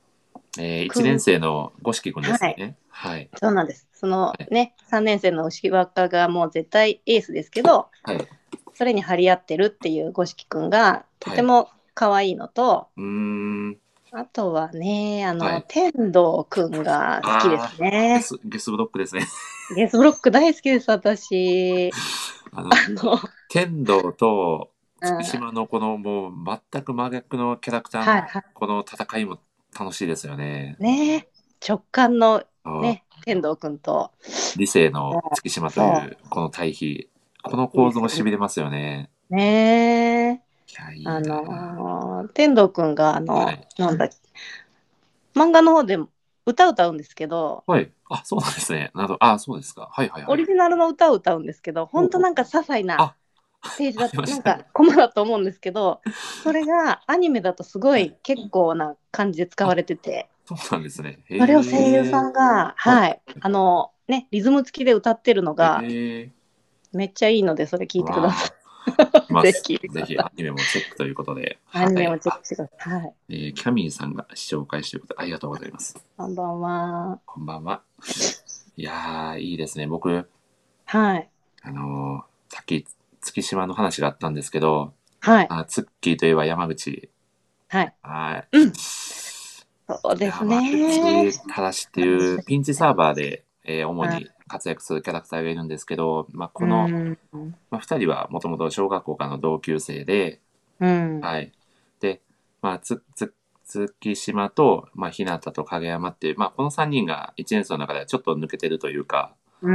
1年くん、 生の五色くんではい。 すね。はい。 そうなんです。そのはい。 ね、3年生の牛若がもう絶対エースですけど、 はい。 それに張り合ってるっていう五色くんがとはい。 ても可愛いのと、 うーん。 あとはね、 はい。 天童くんが好きですあね。 ゲスブロックですね。 ゲスブロック大好きです、私。 あの、 あの、 剣道とうん、 月島のこのもう全く真逆のキャラクターのはいはこの戦いも楽しいですよね。 い。ね、直感のそうね、天童くんと、 理性のも月島といそうこの対比。このう、いい構図もですよね。 痺れますよね。 ね、 いや、いいな天童くんがぁ。はい。 なんだっけ、漫画の方でも歌うんですけど、 はい。あ、そうなんですね。なるほど。あ、そうですか。はいはいはい。 オリジナルの歌を歌うんですけど、 ほうほう。 本当なんか些細なあ、 ページだ、 ありまなんしたね。 かコマだと思うんですけど、それがアニメだとすごはい。 い結構な感じで使わあ、 れてて、 そうなんですね。へそれを声優さえ。 んが、 はい。 はい、ね、リズム付きで歌ってるのへがえ。 めっちゃいいので、それ聞いてくださわあ、 い。 ます。 ぜひ聞いてくぜひアださい。 ニメもチェックということで。 アニメはい。あ、 もチェックしてください。はい。 キャミーさんが紹介してくれてありがとうございます。 こんばんは。 こんばんは。いやー、いいですね。僕、 はい。 さっき月島の話があったんですけど、 はい。 ツッキーといえば山口。 はい。 はい。 うん。そうです山ね。 口正っていうピンチサーバーで、主はい。 に活躍するキャラクターがいるんですけど、まあ、 うこの、 ん。 まあ、2人はもともと小学校からの同級生で、 うん。 はい。で、まあ、月島と、まあ、日向と影山っていう、まあ、この3人が1年生の中ではちょっと抜けてるというか、 うん。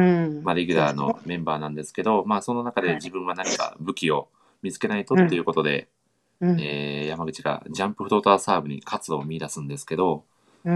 まあ、レギュラーそうですね。 のメンバーなんですけど、まあ、その中ではい。 自分は何か武器を見つけないとっていうん。 うことで、 うん。 山口がジャンプフローターサーブに活路を見出すんですけど、 うん。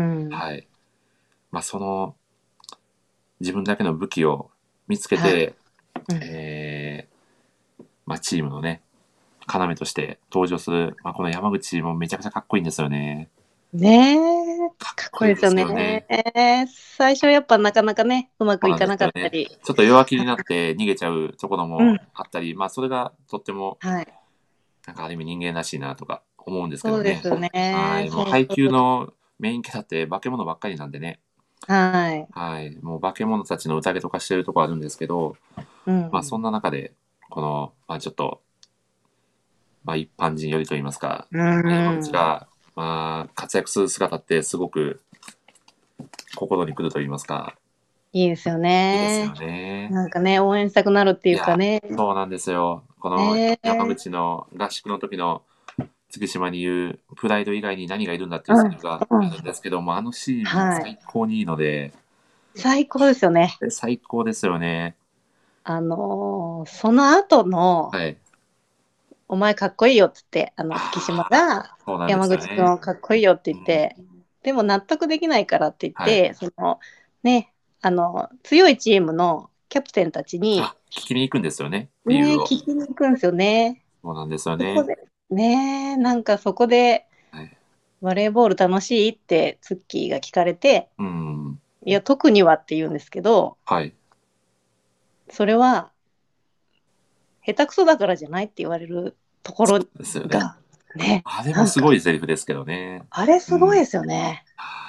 はい。まあ、その自分だけの武器を見つけはい。 て、 うん。 えまあ、チームのね、要として登場する、まあ、この山口もめちゃくちゃかっこいいんですよね。 ねえ。 かっかっこいいですよこいいですよね。 ね。最初やっぱなかなかね、うまそうなんくいかなかですよね。 ったり。 ちょっと弱気になって逃げちゃうところうん。 もあったり、まあそれがとっても、 はい。 なんかある意味人間らしいなとか思うんですけどね。 そうですよね。 はい。もうそう配給そうそう。 のメインキャラって化け物ばっかりなんでね。 はい。 はい。もう化け物たちの宴とかしてるとこあるんですけど、 うん。 まあそんな中で、この、まあちょっと、まあ一般人寄りと言いますか、 う山口ん。 が、まあ活躍する姿ってすごく心に来ると言いますか、 いいですよいいですよね。 ね。 なんかね、応援したくなるっていや、 いうかね。 そうなんですよ。 この山口の合宿の時の月島に言うプライド以外に何がいるんだっていうセリフがあるんですけども、あのシーンも最高にいいので、 最高ですよね。 最高ですよね。 その後の、 はい。 お前かっこいいよっつって、月島がそうなんで山すよね。 口くんかっこいいよって言って、でも納得できないからって言って、ね、強いチームのキャプテンたちに、 聞きに行くんですよね、理由ね、 を。 聞きに行くんですよね。 そうなんですよね。 そこで、ね、なんかそこで、 はい。 バレーボール楽しいってツッキーが聞かれて、いや、特にはって言うんですけど、 はい。 それは、下手くそだからじゃないって言われるところですよね。 が、ね、 あれもすごいセリフですけどね。 あれすごいですよね。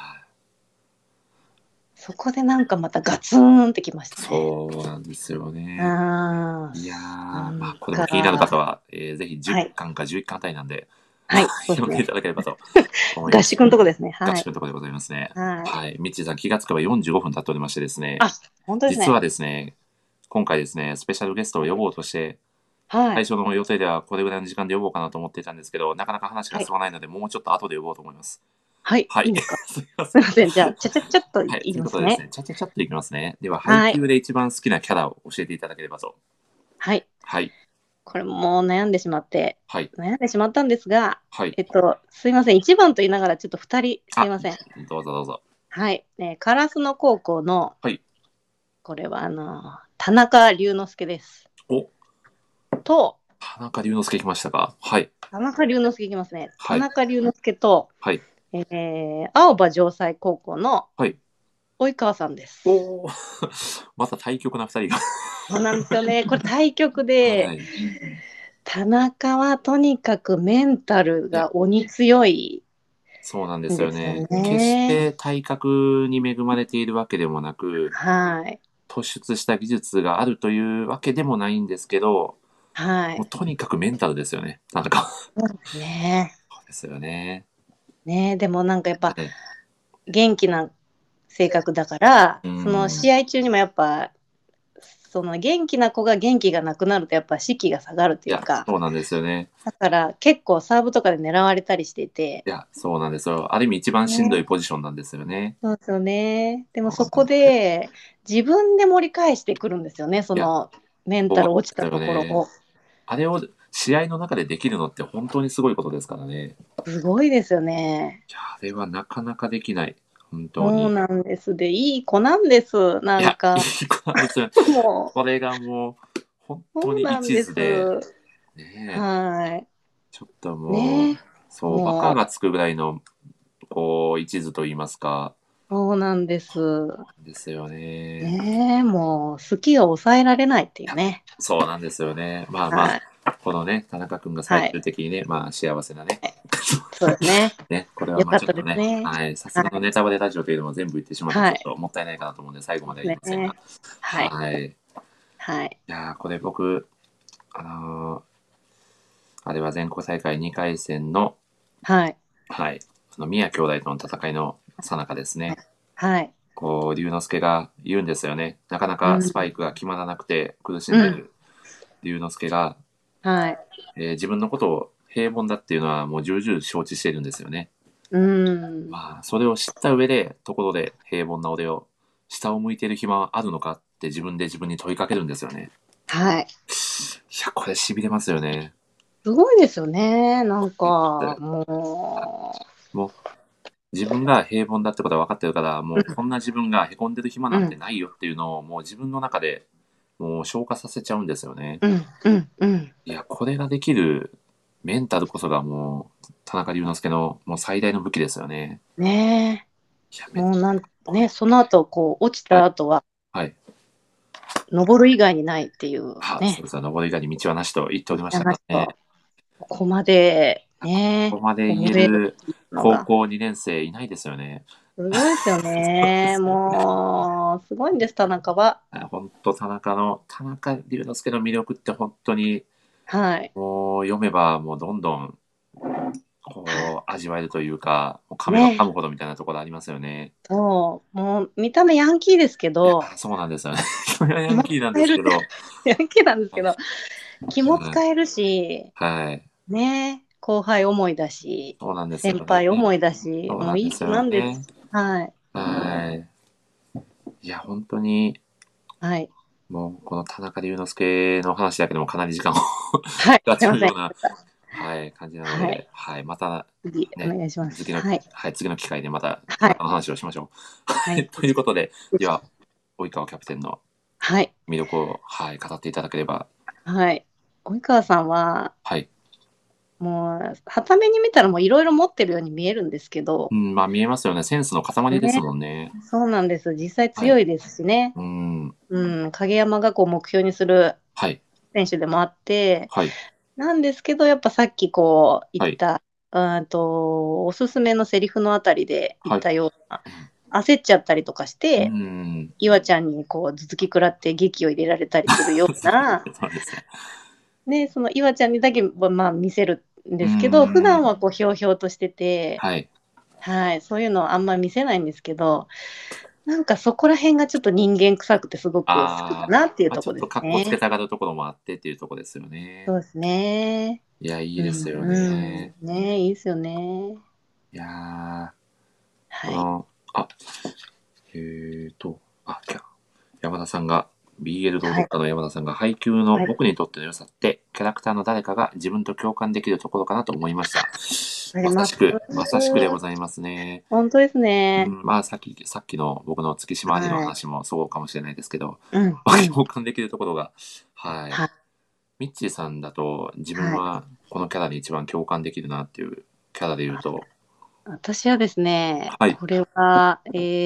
そこでなんかまたガツンってきましたね。 そうなんですよね。いやー、これも気になる方は、ぜひ10巻か11巻あたりなんで、読んでいただければと思います。 合宿のとこですね。 合宿のところでございますね。 はい。 ミッチーさん、気がつけば45分経っておりましてですね。 本当ですね。 実はですね、今回ですね、スペシャルゲストを呼ぼうとして、最初の予定ではこれぐらいの時間で呼ぼうかなと思っていたんですけど、なかなか話が進まないので、もうちょっと後で呼ぼうと思います。 はい。いいんですか？すいません。じゃあ、ちゃっといきますね。 ちゃっといきますね。では、配給で一番好きなキャラを教えていただければと。 はい。 はい。 これも悩んでしまって、 はい。 悩んでしまったんですが、 はい。 すいません。1番と言いながらちょっと2人、すいません。 どうぞどうぞ。 はい。烏野高校の、 はい。 これは田中龍之介です。と、 田中龍之介来ましたか？はい。 田中龍之介いきますね。 はい、 田中龍之介と、 はい、 青葉城西高校の及川さんです。 おまた対極な2人がそうなんですよね。これ対局で、はい、田中はとにかくメンタルが鬼強い。 そうなんですよね。決して体格に恵まれているわけでもなく、 はい、 突出した技術があるというわけでもないんですけど、 はい、 もうとにかくメンタルですよね。なんかそうですね。 そうですよね。 ね、でもなんかやっぱ、元気な性格だから、その試合中にもやっぱその元気な子が元気がなくなるとやっぱ士気が下がるというか。 そうなんですよね。 だから結構サーブとかで狙われたりしていて。 いや、そうなんですよ。ある意味一番しんどいポジションなんですよね。 そうですよね。でもそこで自分で盛り返してくるんですよね。そのメンタル落ちたところを。 あれを試合の中でできるのって本当にすごいことですからね。 すごいですよね。 いや、あれはなかなかできない。本当に。 そうなんです。で、いい子なんです。なんか。 いい子なんですよ。これがもう、本当に一途で。 はい。 ちょっともう、そう、バカがつくぐらいの、こう、一途と言いますか。 そうなんです。 ですよね。 ね、もう好きが抑えられないっていうね。 そうなんですよね。まあ、このね、田中君が最終的にね、幸せなね。 そうですね。 ね、これはまあちょっとね、はい、さすがのネタバレラジオというのも全部言ってしまって、ちょっともったいないかなと思うんで、最後までは言いませんが。はい。はい。いやこれ僕、あれは全国大会2回戦の、はい。宮兄弟との戦いの最中ですね。はい。こう、龍之介が言うんですよね。なかなかスパイクが決まらなくて苦しんでる龍之介が、はい。自分のことを平凡だっていうのはもう重々承知しているんですよね。まあ、それを知った上で、ところで平凡な俺を下を向いている暇はあるのかって自分で自分に問いかけるんですよね。はい。いや、これ痺れますよね。 すごいですよね。なんか、もう、自分が平凡だってことは分かってるから、もうこんな自分がへこんでる暇なんてないよっていうのを、もう自分の中でもう消化させちゃうんですよね。いや、これができるメンタルこそがもう、田中龍之介のもう最大の武器ですよね。 ねえ。もうね、その後、こう、落ちた後は、はい。登る以外にないっていうね。 そうです。登る以外に道はなしと言っておりましたからね。 ここまでね。 ここまで言える高校2年生いないですよね。 すごいですよね。もう、すごいんです、田中は。 本当、田中龍之介の魅力って本当に、はい。もう読めばもうどんどん、こう、味わえるというか、噛めば噛むほどみたいなところありますよね。 そう、もう見た目ヤンキーですけど。 そうなんですよね。それはヤンキーなんですけど。 ヤンキーなんですけど、 気も使えるし、 はい。 ね、後輩思いだし、 そうなんですよ先輩ね。 思いだし、 そうもういい人なんですよね。 なんです。はい。 はい。いや、本当に、 はい。 もう、この田中龍之介の話だけでもかなり時間をはい。 使っすいません。 ちゃうような、はい、感じなのはい。 で、はい、また、 次、おね、 願いします。 次の、 はい。 はい、次の機会でまた田はい。 中の話をしましょう。 はい。 はい、ということで、では、及川キャプテンのはい。 魅力を、はい、語っていただければ、 はい。及川さんは、 はい。 もう、傍目に見たらもういろいろ持ってるように見えるんですけど、 うん、まあ見えますよね。センスの塊ですね、 もんね。 そうなんです。実際はい。 強いですしね。 うん、 うん、影山がこう目標にするはい、 選手でもあって、 はい、 なんですけど、やっぱさっきこう言はい、 った、おすすめのセリフのあたりで言はい。 ったような、焦っちゃったりとかしうて、 ん、 岩ちゃんにこう頭突き食らって劇を入れられたりするような、 そうですね。 ね、その岩ちゃんにだけはまあ見せるんうですけど、普ん、 段はこうひょうひょうとしてて、 はい。 はい、そういうのはあんま見せないんですけど、なんかそこら辺がちょっと人間臭くてすごく好きだああ、 なっていうまあ、 ところでちょっと格好つけすね。 たがるところもあってっていうところですよね。 そうですね。 いや、いいうんですようね。 ん。ね、いいですよね。 いやー、こはい。 の、あ、山田さんが、BL 朗はい。 読家の山田さんが、配給のはい。 僕にとっての良さって、キャラクターの誰かが自分と共感できるところかなと思いました。 あります。 まさしくでございますね。 本当ですね。 うん、まあ、さっきの僕の月島兄のはい。 話もそうかもしれないですけど、 うん、うん。 共感できるところが、はい。 はい。 ミッチーさんだと、自分はい。 はこのキャラに一番共感できるなっていうキャラで言うと、 私はですね、 はい。 これは、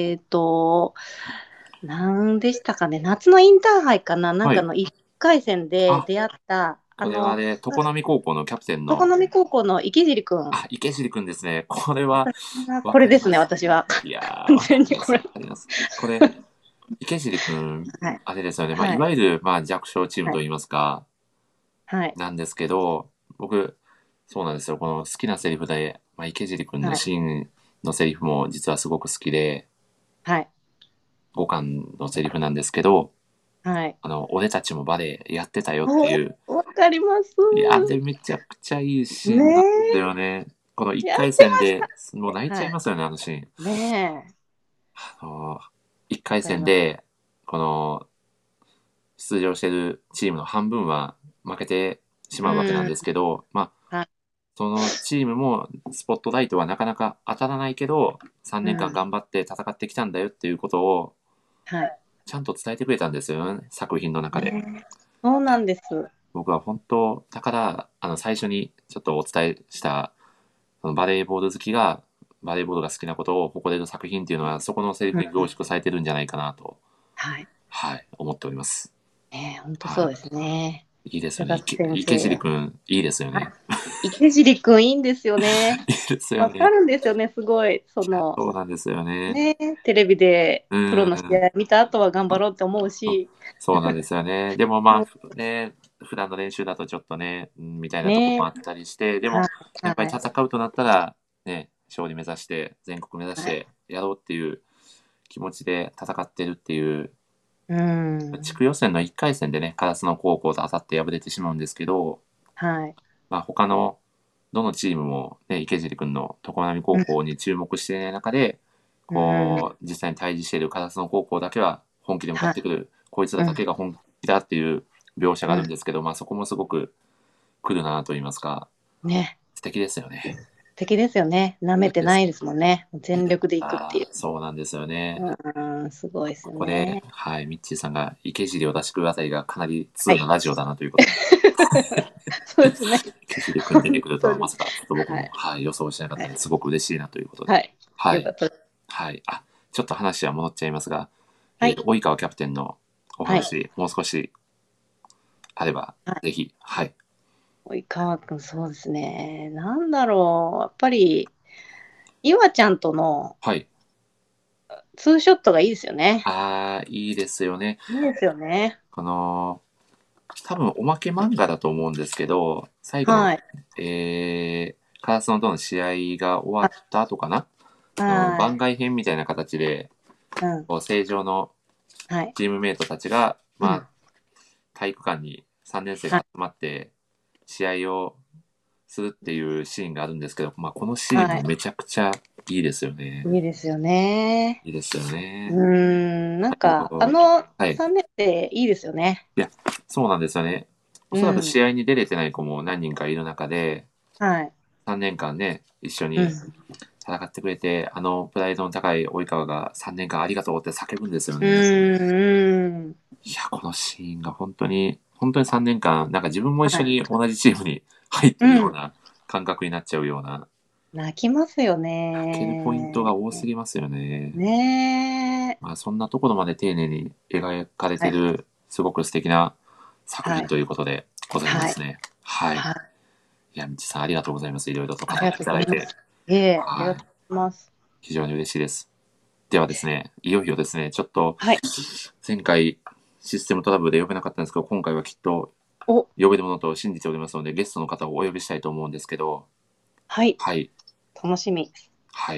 何でしたかね、夏のインターハイかな、なんはい。 かの1回戦であ、 出会った、 これはね、常滑高校のキャプテンの、 常滑高校の池尻くん。 池尻くんですね。これは、わこれですね、 かります。 私は。 いやー、 完わかります、 全にこれ。 わかります。これ、池尻くん、 はい。 あれですよね。まあ、 はい。 いわゆる、まあ、弱小チームはい。 といいますか、 はい。 なんですけど、僕、そうなんですよ。この好きなセリフで、まあ、池尻くんのはい。 シーンのセリフも実はすごく好きで、 はい。 5巻のセリフなんですけど、 はい。 俺たちもバレエやってたよっていお、 う、 わかります。 いや、あれめちゃくちゃいいシーンなんだねよね。この1 え、やっ回てました。 戦で、もう泣いちゃはい。 いますよね、あのシーン。 ねえ。 あの、1回わかります。 戦で、この、出場してるチームの半分は負けてしうまうわけなんん。 ですけど、まあ、 はい。 そのチームもスポットライトはなかなか当たらないけど、3年間うん。 頑張って戦ってきたんだよっていうことをはい。 ちゃんと伝えてくれたんですよね、作品の中で。 ねえ。そういや、 なんです。 僕は本当、だから、最初にちょっとお伝えした、そのバレーボール好きが、バレーボールが好きなことを誇れる作品っていうのは、そこのセリうん。 フに凝縮されてるんじゃないかなと、 はい。 はい、思っております。 ねえ、本当はい。 そうですね。 いいですよね。 高津先池尻生。 くん、いいですよね。 はい。池尻くんいいんですよね。 いいですよね。 わかるんですよね、すごい。そいや、 の、 そうなんですよね。 ねえ、テレビでうプロの試ん。 合見た後は頑張ろうって思うそうし、 そうなんですよね。でもまもあ、ね、普段の練習だとちょっとね、みたいうねえ、 なとこもあったりして、でも、 はい、 やっぱりはい、 戦うとなったら、ね、勝利目指して、全国目指しはい。 てやろうっていう気持ちで戦ってるっていう、 うん、 地区予選の1回戦でね、烏野高校と当たって敗れてしまうんですけど、 はい。 まあ他のどのチームもね、池尻君の常滑うん、 高校に注目していない中で、 うん、 こう、実際に対峙している烏野高校だけは本気で向かはい、 ってくる、こいつらうん、 だけが本気だっていう描写がうん。 あるんですけど、まあそこもすごく来るなと言いますか、 ね、 素敵ですよね。 敵ですよね。舐めてです。 ないですもんね。全力でいくっていう。 そうなんですよね。 うん、すごいですここで、 よね。 はい、ミッチーさんが池尻を出してくるあたりがかなりはい。 通なラジオだなということで、 そうですね。 池尻君出てくると本当に。 はまさか、ちょっと僕も、 はい、 はい、予想しなかっはい、 たのですごく嬉しいなということで、 はい。 はい。 よかったです。 はい。あ、ちょっと話は戻っちゃいますが、 はい、 及川キャプテンのおはい、 話、もう少しあれば、 はい。 ぜひ、はい。 及川くん、そうですね。なんだろう。やっぱり、岩ちゃんとのはい。 ツーショットがいいですよね。 いいですよね。 いいですよね。 この、多分おまけ漫画だと思うんですけど、最後の、 はい。 カラスノとの試合が終わった後かな、 はい。 番外編みたいな形で、 うん。 こう正常のはい。 チームメイトたちが、まあ、 うん。 体育館に 3年生が集まって試合をするっていうシーンがあるんですけど、まあ、このシーンもめちゃくちゃいいですよね。 いいですよね。 いいですよね。 なんか、 はい。 3年生いいですよね。 いや、そうなんですよね。おそらく試合に出れてない子も何人かいる中で、 はい。 3年間ね、一緒に戦ってくれて、プライドの高い及川が3年間ありがとうって叫ぶんですよね。いや、このシーンが本当に3年間、なんか自分も一緒に同じチームに入ってるような感覚になっちゃうような、 泣きますよ泣けるポイントがね。 多すぎますよね。 ねえ。 まあ、そんなところまで丁寧に描かれてる、すごく素敵な作品ということでございますね。はい。いや、みちさんありがとうございます。いろいろと語っていただいて。 ありがとうございます。 非常に嬉しいです。ではですね、いよいよですね、ちょっと、 はい。 前回システムトラブルで呼べなかったんですけど、今回はきっと呼べるものと信じておりますので、ゲストの方をお呼びしたいと思うんですけど、 はい。 はい。 楽しみ。 はい。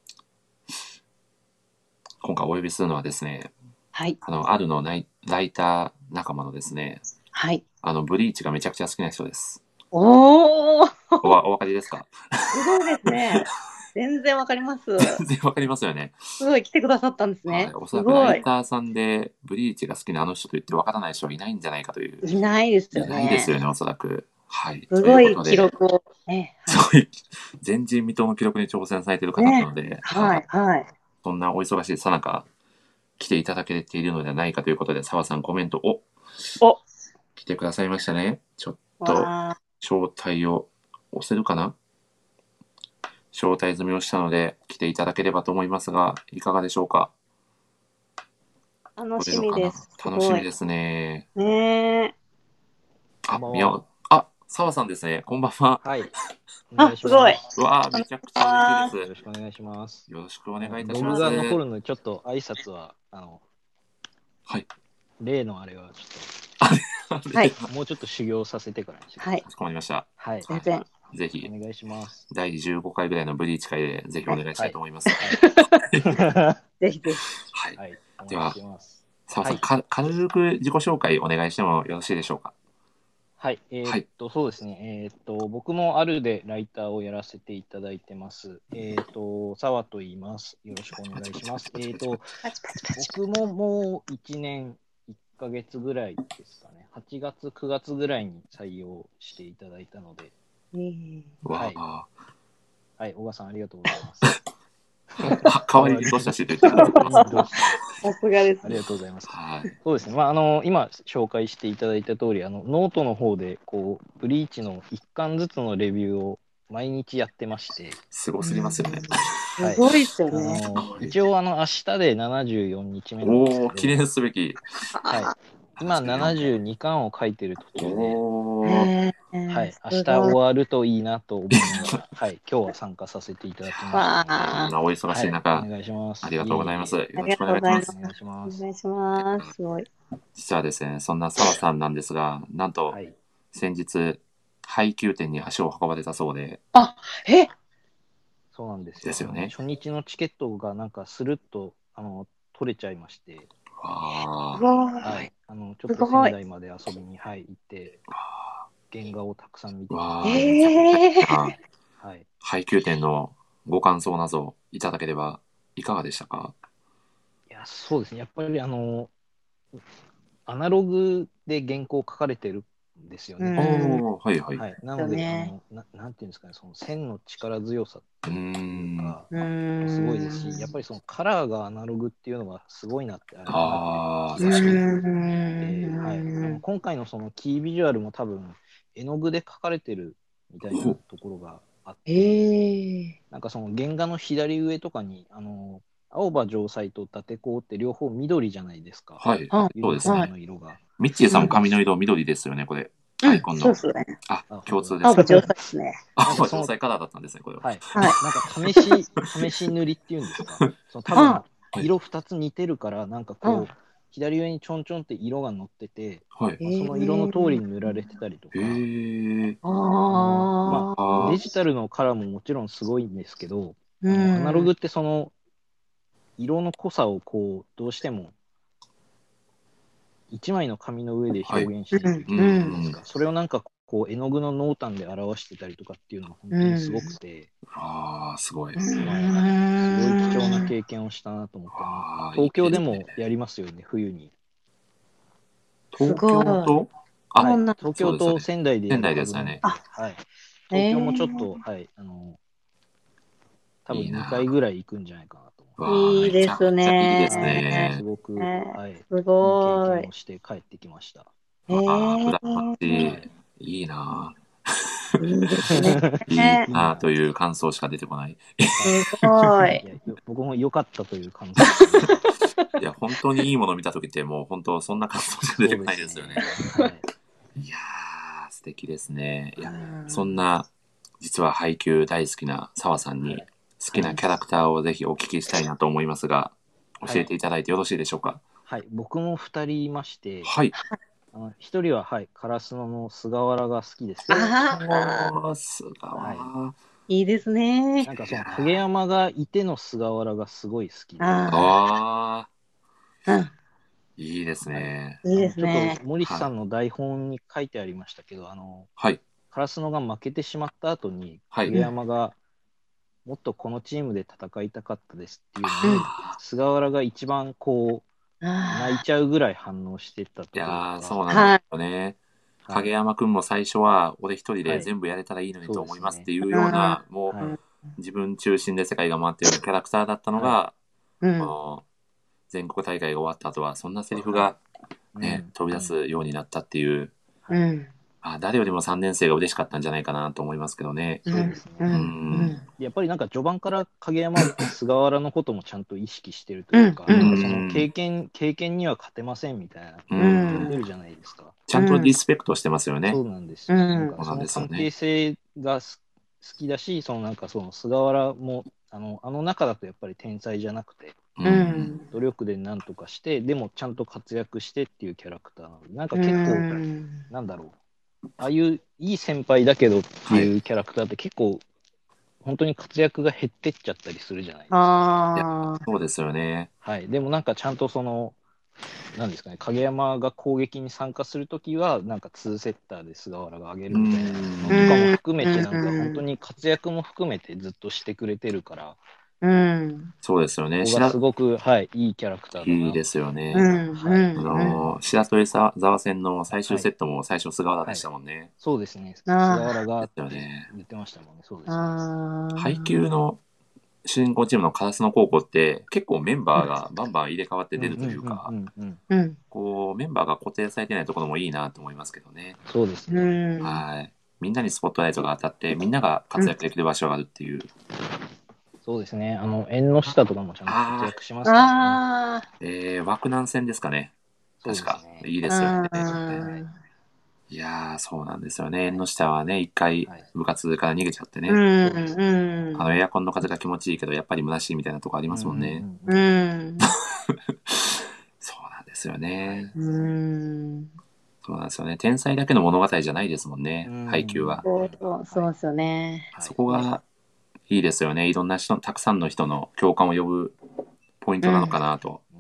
今回お呼びするのはですね、 はい。 あるのライター仲間のですね、 はい。 ブリーチがめちゃくちゃ好きな人です。 お分かりですか？ すごいですね。全然わかります。 全然わかりますよね。 すごい来てくださったんですはい。 ね。 おそらくラすごい。 イターさんでブリーチが好きなあの人と言ってわからない人はいないんじゃないかという。 いないですいよね。 ないですよね、おそらく。はい。 すというごい記ことで、 録をね。 そういう前人未到の記録に挑戦されている方なので、 はい。はい。 そんなお忙しいさなか来ていただけているのではないかということで、澤さんコメントを来てくださいましたね。ちょっと招待を押せるかな？招待済みをしたので来ていただければと思いますが、いかがでしょうか？ 楽しみです。 楽しみですね。 ね澤さんですね。こんばんは。 はい。 すごい。 うわめちゃくちゃ嬉しいです。 よろしくお願いします。 よろしくお願いいたし僕ます。 が残るので、ちょっと挨拶は、 はい。 例のあれはちょっと、 はい。 もうちょっと修行させてからにしてください。 かしこまりました。 はい。 全然。 ぜひ、 お願いします。 第15回ぐらいのブリーチ会でぜひお願いしたいと思います。 ぜひぜひ。 はい。 はい。 では、澤さん、 はい、 軽く自己紹介お願いしてもよろしいでしょうか？ はい。そうですね。僕もあるでライターをやらせていただいてます。澤と言います。よろしくお願いします。僕ももう1年1ヶ月ぐらいですかね。8月、9月ぐらいに採用していただいたので。はい。はい、小川さんありがとうございます。 代わりにどうしたしと言ってくださってます。 さすがです。 ありがとうございます。 はい。 そうですね。今紹介していただいた通り、ノートの方で、ブリーチの1巻ずつのレビューを毎日やってまして。 すごすぎますよね。 すごいですよね。 一応、明日で74日目なんですけど。 記念すべき。 はい。今、72巻を書いてる途中で、はい。明日終わるといいなと思いながら、はい。今日は参加させていただきました。 こんなお忙しい中、 お願いします。 ありがとうございます。よろしくお願いします。 お願いします。 お願いします。すごい。 実はですね、そんな澤さんなんですが、なんと、先日、配給店に足を運ばれたそうで。 そうなんですよ。 ですよね。 初日のチケットがなんかスルッと取れちゃいまして。 はい。 ちょっと仙台まで遊びに、行って、原画をたくさん見てきました。はい。配給店のご感想などいただければいかがでしたか？ いや、そうですね。やっぱりアナログで原稿を書かれてるんですよね。 はいはい。 なので、なんていうんですかね、その線の力強さっていうか、すごいですし、やっぱりそのカラーがアナログっていうのがすごいなって改めて今回のそのキービジュアルも多分絵の具で描かれてるみたいなところがあって、なんかその原画の左上とかに青葉城西と伊達公って両方緑じゃないですか。 はい。そうですね。 色が。 ミッチーさんも髪の色緑ですよね、これ。アイコンの。 そうですね。 共通です。 青葉城西ですね。 青葉城西カラーだったんですね、これは。 はい。なんか試し塗りっていうんですか。その多分色2つ似てるから、なんか左上にちょんちょんって色が乗ってて、その色の通りに塗られてたりとか。デジタルのカラーももちろんすごいんですけど、アナログってその色の濃さをどうしても一枚の紙の上で表現していくじゃないですか。それをなんかこう絵の具の濃淡で表してたりとかっていうのが本当にすごくて、 すごい。 すごい貴重な経験をしたなと思って、東京でもやりますよね、冬に。 東京と東京と仙台でやるはずなんで、東京もちょっと、多分2回ぐらい行くんじゃないかなと思いいですね。 いいですね。 すごく、 すごい。 いい経験をして帰ってきました。 羨ましい。いいな。 いいですね。 いいなという感想しか出てこない。 すごい。 僕も良かったという感想。 いや、本当にいいものを見たときって、もう本当そんな感想しか出てこないですよね。いやー、素敵ですね。いや、そんな、実は配給大好きな澤さんに、好きなキャラクターをぜひお聞きしたいなと思いますが、教えていただいてよろしいでしょうか。 はい、僕も2人いまして、 はい。 1人は、カラスノの菅原が好きです。 菅原。 いいですね。 なんかその影山がいての菅原がすごい好きで。 いいですね。 いいですね。 ちょっと森さんの台本に書いてありましたけど、カラスノが負けてしまった後に、影山がもっとこのチームで戦いたかったですっていうのに、菅原が一番こう、泣いちゃうぐらい反応してたところが。 そうなんですよね。影山くんも最初は、俺一人で全部やれたらいいのにと思いますっていうような、もう、自分中心で世界が回っているようなキャラクターだったのが、この全国大会が終わった後は、そんなセリフが、飛び出すようになったっていう、誰よりも3年生が嬉しかったんじゃないかなと思いますけどね。 そうですね。やっぱりなんか序盤から影山って菅原のこともちゃんと意識してるというか、なんかその経験には勝てませんみたいな出るじゃないですか。 ちゃんとリスペクトしてますよね。 そうなんですよ。なんかその関係性が好きだし、そのなんかその菅原もあの中だとやっぱり天才じゃなくて、努力で何とかして、でもちゃんと活躍してっていうキャラクターなので、なんか結構、なんだろう。ああいういい先輩だけどっていうキャラクターって結構、本当に活躍が減ってっちゃったりするじゃないですか。 そうですよね。 でもなんかちゃんとその、なんですかね、影山が攻撃に参加するときは、なんか2セッターで菅原が上げるみたいなのとかも含めて、なんか本当に活躍も含めてずっとしてくれてるから、 そうですよね。 ここがすごく、いいキャラクターだな。 いいですよね。白鳥沢戦の最終セットも最初菅原でしたもんね。 そうですね。菅原がって言ってましたもんね。そうですね。 配球の主人公チームの烏野高校って結構メンバーがバンバン入れ替わって出るというか、こうメンバーが固定されてないところもいいなと思いますけどね。 そうですね。 みんなにスポットライトが当たってみんなが活躍できる場所があるっていう。 そうですね。縁の下とかもちゃんと活躍しますからね。枠南戦ですかね。確か。いいですよね。いやー、そうなんですよね。縁の下はね、一回部活から逃げちゃってね。エアコンの風が気持ちいいけど、やっぱり虚しいみたいなとこありますもんね。そうなんですよね。そうなんですよね。天才だけの物語じゃないですもんね、配給は。 そうですよね。 そこがいいですよね。いろんな人、たくさんの人の共感を呼ぶポイントなのかなと。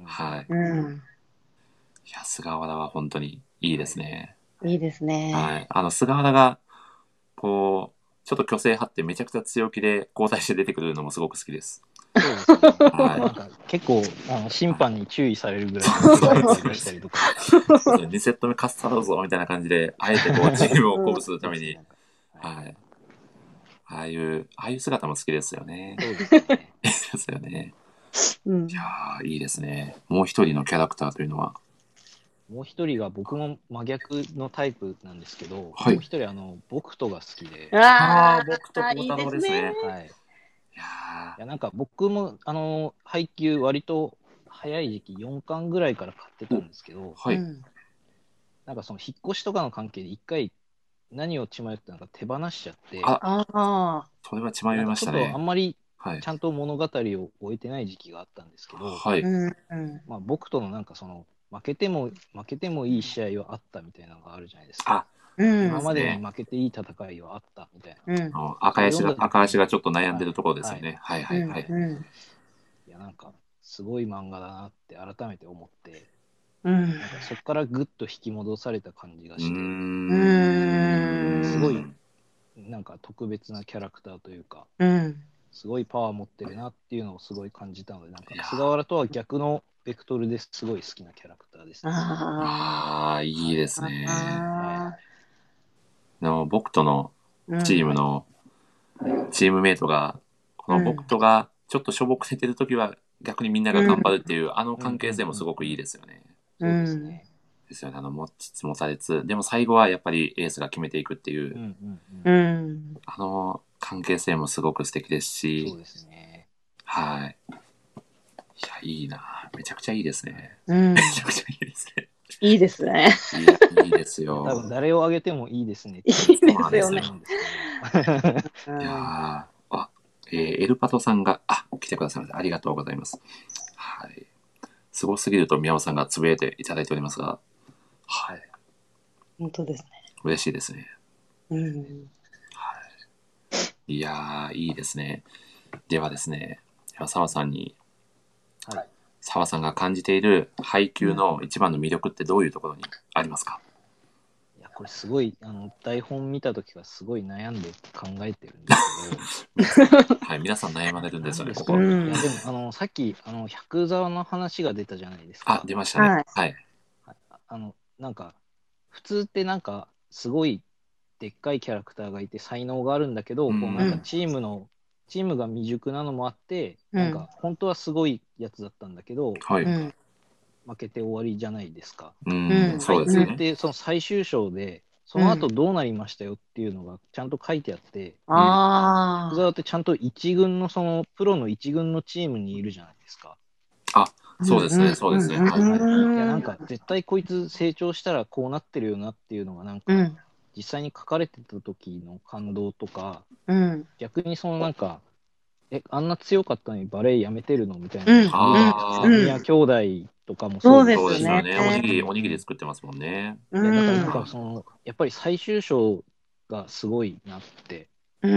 いや、菅原は本当にいいですね。 いいですね。 菅原が、こう、ちょっと虚勢張ってめちゃくちゃ強気で交代して出てくるのもすごく好きです。 そうですね。なんか結構審判に注意されるぐらいでしたりとか。 2セット目勝ったぞみたいな感じで、あえてこうチームを鼓舞するために、ああいう姿も好きですよね。 そうですよね。いやー、いいですね。もう一人のキャラクターというのは。 もう一人が僕も真逆のタイプなんですけど、もう一人僕とが好きで。 僕と孝太郎ですね。 いやなんか僕も配給割と早い時期4巻ぐらいから買ってたんですけど、なんかその引っ越しとかの関係で一回何を血迷ってなんか手放しちゃって、 それは血迷いましたね。 ちょっとあんまりちゃんと物語を終えてない時期があったんですけど、まあ僕とのなんかその負けてもいい試合はあったみたいなのがあるじゃないですか。今までに負けていい戦いはあったみたいな。 赤足がちょっと悩んでるところですよね。 いやなんかすごい漫画だなって改めて思って。 なんかそこからぐっと引き戻された感じがして、すごいなんか特別なキャラクターというか、すごいパワー持ってるなっていうのをすごい感じたので、なんか菅原とは逆のベクトルですごい好きなキャラクターですね。 いいですね。 は僕とのチームのチームメイトが、この僕とがちょっとしょぼく寝てるときは逆にみんなが頑張るっていう、あの関係性もすごくいいですよね。 そうですね。 ですよね。持ちつ持たれつ。でも最後はやっぱりエースが決めていくっていう、あの関係性もすごく素敵ですし。 そうですね。 はい。いや、いいな。めちゃくちゃいいですね。めちゃくちゃいいですね。 いいですね。 いいですよ。 多分誰をあげてもいいですね。 いいですよね。 いやエルパトさんが、来てくださいました。ありがとうございます。はい。すごすぎると宮尾さんがつぶやいていただいておりますが、はい。 本当ですね。 嬉しいですね。はい。いやー、いいですね。ではですね、澤さんに、澤さんが感じている配給の一番の魅力ってどういうところにありますか？ いや、これすごい、台本見たときはすごい悩んで考えてるんですけど。 はい、皆さん悩まれるんですよね、ここ。 いや、でも、さっき、百沢の話が出たじゃないですか。 出ましたね。はい。 なんか、普通ってなんか、すごいでっかいキャラクターがいて才能があるんだけど、こうなんかチームが未熟なのもあって、なんか本当はすごいやつだったんだけど、負けて終わりじゃないですか。 そうですね。 配給ってその最終章で、その後どうなりましたよっていうのがちゃんと書いてあって、福沢ってちゃんと一軍のそのプロの一軍のチームにいるじゃないですか。 そうですね、そうですね。はい。 いや、なんか絶対こいつ成長したらこうなってるよなっていうのがなんか、実際に書かれてた時の感動とか、逆にそのなんか、あんな強かったのにバレエやめてるのみたいな。宮兄弟とかもそうですよね。おにぎり作ってますもんね。 いや、だからなんかその、やっぱり最終章がすごいなって。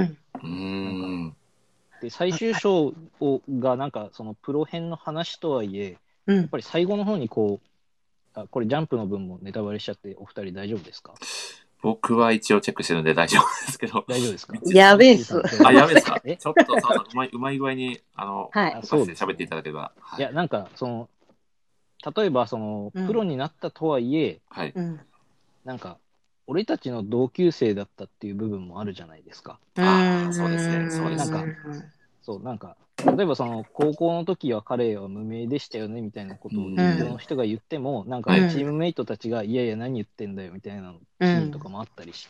で、最終章がなんかそのプロ編の話とはいえ、やっぱり最後の方にこれジャンプの分もネタバレしちゃってお二人大丈夫ですか？ 僕は一応チェックしてるんで大丈夫ですけど。 大丈夫ですか？ やべえっす。 やべえっすか？ちょっと澤さんうまい具合にそうです喋っていただければ。 いや、なんかその例えばそのプロになったとはいえ、なんか俺たちの同級生だったっていう部分もあるじゃないですか。 そうですね。そうですね。 なんか例えばその高校の時は彼は無名でしたよねみたいなことを実況の人が言っても、なんかチームメイトたちがいやいや何言ってんだよみたいなシーンとかもあったりして、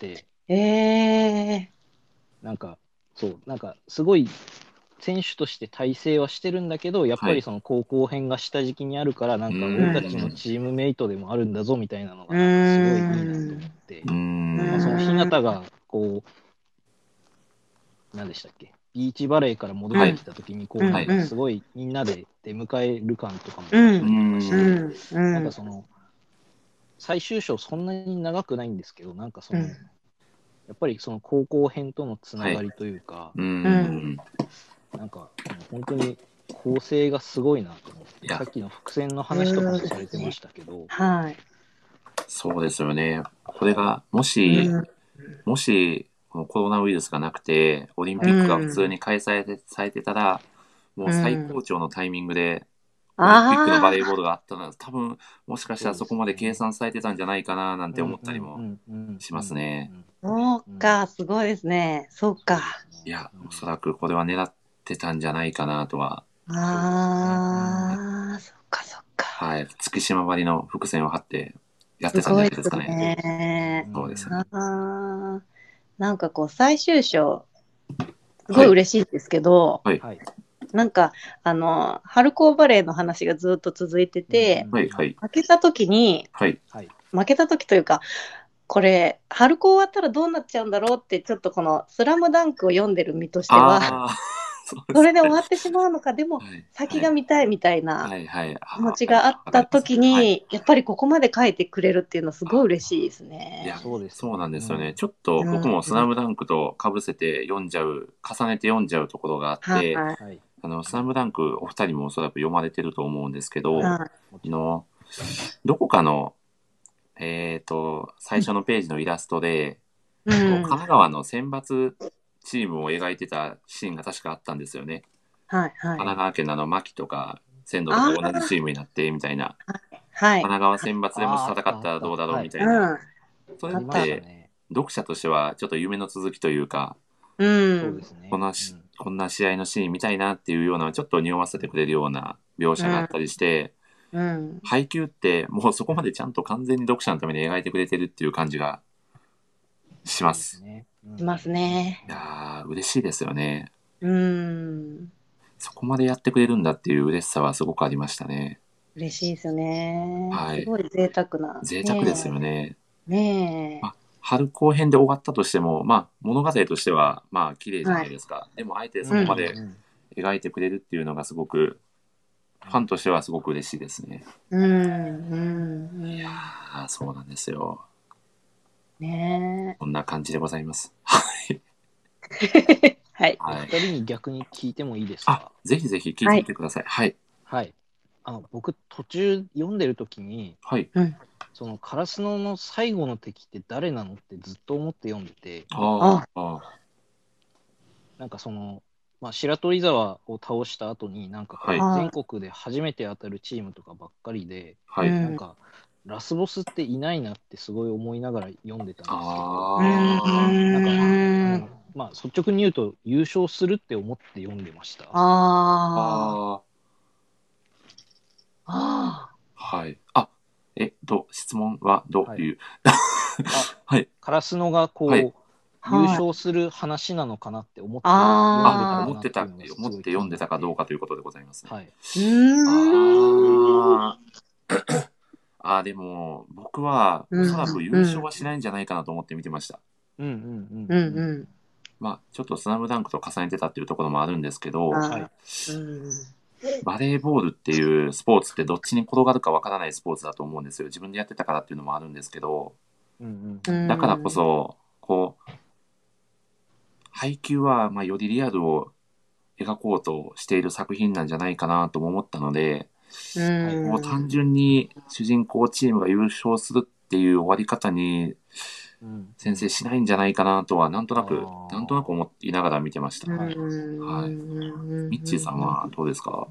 なんかなんかすごい選手として体制はしてるんだけど、やっぱりその高校編が下敷きにあるから、なんか俺たちのチームメイトでもあるんだぞみたいなのがなんかすごいいいなと思って、その日向がこう何でしたっけ、ビーチバレーから戻ってきた時にこうなんかすごいみんなで出迎える感とかもあったりとかして、なんかその最終章そんなに長くないんですけど、なんかそのやっぱりその高校編とのつながりというか、なんか本当に構成がすごいなと思って、さっきの伏線の話とかもされてましたけど、 そうですよね。これがもしコロナウイルスがなくてオリンピックが普通に開催されてたら、もう最高潮のタイミングでオリンピックのバレーボールがあったら、多分もしかしたらそこまで計算されてたんじゃないかななんて思ったりもしますね。 そうか、すごいですね。そうか。 いや、おそらくこれは狙ってたんじゃないかなとは。 そっかそっか。 はい、月島張りの伏線を張ってやってたんじゃないですかね。そうですね。 なんかこう最終章すごい嬉しいんですけど、なんか春高バレーの話がずっと続いてて、負けた時に、負けた時というか、これ春高終わったらどうなっちゃうんだろうって、ちょっとこの「スラムダンクを読んでる身としてはそれで終わってしまうのか、でも先が見たいみたいな気持ちがあった時に、やっぱりここまで書いてくれるっていうのはすごい嬉しいですね。 いや、そうなんですよね。ちょっと僕も「スラムダンクとかぶせて読んじゃう、重ねて読んじゃうところがあって、スラムダンクお二人もおそらく読まれてると思うんですけど、 どこかの、最初のページのイラストで、神奈川の選抜チームを描いてたシーンが確かあったんですよね。 はいはい。 神奈川県の牧とか仙道とか同じチームになってみたいな。 はい。 神奈川選抜でもし戦ったらどうだろうみたいな。それって読者としてはちょっと夢の続きというか、 そうですね。 こんな試合のシーン見たいなっていうようなちょっと匂わせてくれるような描写があったりして、配球ってもうそこまでちゃんと完全に読者のために描いてくれてるっていう感じがします。 しますね。 いやー嬉しいですよね。 そこまでやってくれるんだっていう嬉しさはすごくありましたね。 嬉しいですよね。 はい。 すごい贅沢な。 贅沢ですよね。 ねえ。 春後編で終わったとしても、物語としては綺麗じゃないですか。でもあえてそこまで描いてくれるっていうのがすごく、ファンとしてはすごく嬉しいですね。いやー、そうなんですよ。 ねえ。 こんな感じでございます。 はい。 2人に逆に聞いてもいいですか？ ぜひぜひ聞いてみてください。はい。 はい。僕途中読んでる時に、そのカラスノの最後の敵って誰なのってずっと思って読んでて、なんかその、白鳥沢を倒した後になんか全国で初めて当たるチームとかばっかりで、なんかラスボスっていないなってすごい思いながら読んでたんですけど、なんか率直に言うと優勝するって思って読んでました。 はい。質問はどういう、 カラスノが優勝する話なのかなって思って読んでた思って読んでたかどうかということでございますね。でも僕はおそらく優勝はしないんじゃないかなと思って見てました。ちょっとスラムダンクと重ねてたっていうところもあるんですけど、バレーボールっていうスポーツってどっちに転がるかわからないスポーツだと思うんですよ。自分でやってたからっていうのもあるんですけど、だからこそ配球はよりリアルを描こうとしている作品なんじゃないかなとも思ったので、単純に主人公チームが優勝するっていう終わり方に先生しないんじゃないかなとはなんとなく思いながら見てました。はい。ミッチーさんはどうですか？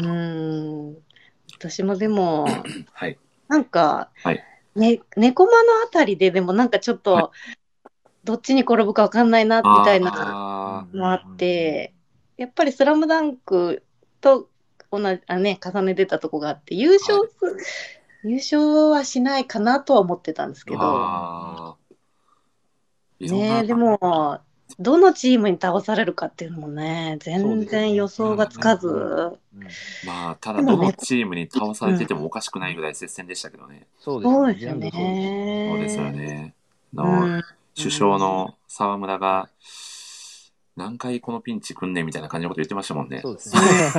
私もでも、なんか、猫間のあたりででもなんかちょっと、どっちに転ぶか分かんないなみたいなのもあって、やっぱりスラムダンクと重ねてたとこがあって、優勝はしないかなとは思ってたんですけど、でもどのチームに倒されるかっていうのもね、全然予想がつかず、 ただどのチームに倒されててもおかしくないぐらい接戦でしたけどね。 そうですよね。 そうですよね。首相の沢村が何回このピンチくんねんみたいな感じのこと言ってましたもんね。 そうです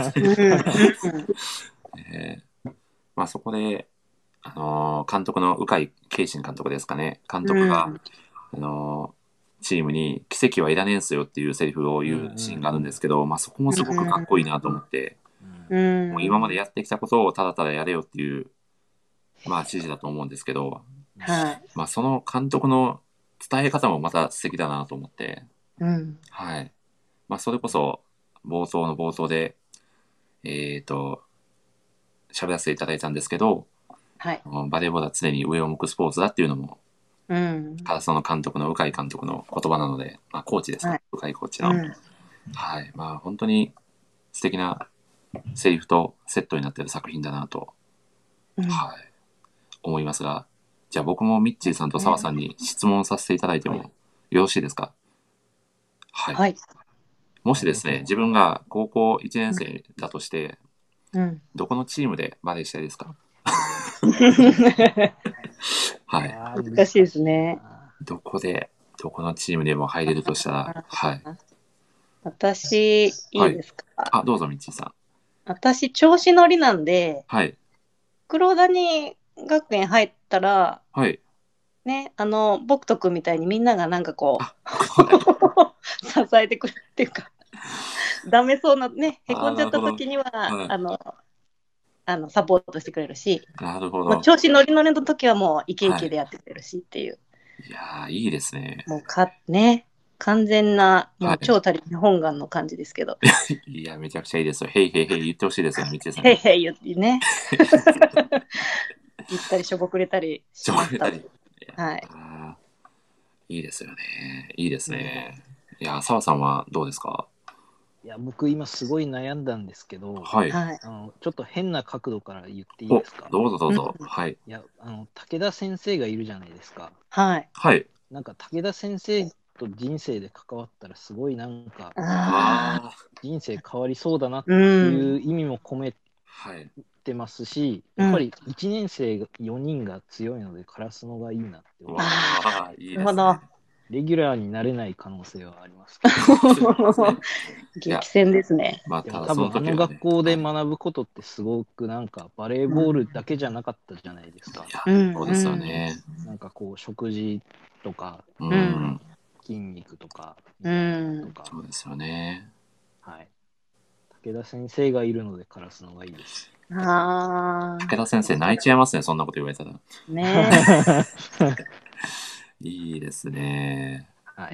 ね。そこで監督の鵜飼慶信監督ですかね。監督が、チームに奇跡はいらねえんすよっていうセリフを言うシーンがあるんですけど、そこもすごくかっこいいなと思って、もう今までやってきたことをただただやれよっていう、指示だと思うんですけど、その監督の伝え方もまた素敵だなと思って、はい。それこそ冒頭の冒頭で、喋らせていただいたんですけど、バレーボールは常に上を向くスポーツだっていうのも、カラスノ監督の鵜飼監督の言葉なので、コーチですか、鵜飼コーチの。はい。本当に素敵なセリフとセットになっている作品だなと、思いますが、じゃあ僕もミッチーさんと澤さんに質問させていただいてもよろしいですか？はい。もしですね、自分が高校1年生だとして、どこのチームでバレーしたいですか？はい。 難しいですね。 どこのチームでも入れるとしたら、 私、いいですか？ どうぞ、ミッチーさん。 私、調子乗りなんで、黒谷学園入ったら、ね、僕とくんみたいにみんながなんか支えてくれるっていうか、ダメそうなね、へこんじゃった時には、 サポートしてくれるし、 なるほど。 もう調子ノリノリの時はもうイケイケでやってくれるしっていう。 いやー、いいですね。 もうね、完全な、もう超足りない本願の感じですけど。 いや、めちゃくちゃいいですよ。へいへいへい言ってほしいですよね、みちえさん。 へいへい言ってね。言ったりしょぼくれたりしました。はい。 いいですよね。いいですね。いや、澤さんはどうですか？ いや、僕今すごい悩んだんですけど、 はい。 ちょっと変な角度から言っていいですか？ どうぞどうぞ。はい。 いや、武田先生がいるじゃないですか。 はい。 はい。 なんか武田先生と人生で関わったらすごいなんか人生変わりそうだなっていう意味も込めてますし、やっぱり1年生4人が強いのでカラスのがいいなって思って、 いいですね。 レギュラーになれない可能性はありますけど。激戦ですね。 でも多分あの学校で学ぶことってすごくなんかバレーボールだけじゃなかったじゃないですか。 そうですよね。 なんかこう食事とか、筋肉とか、 そうですよね。 はい。武田先生がいるのでカラスのがいいです。 武田先生泣いちゃいますね、そんなこと言われたら。ねいいですね。はい。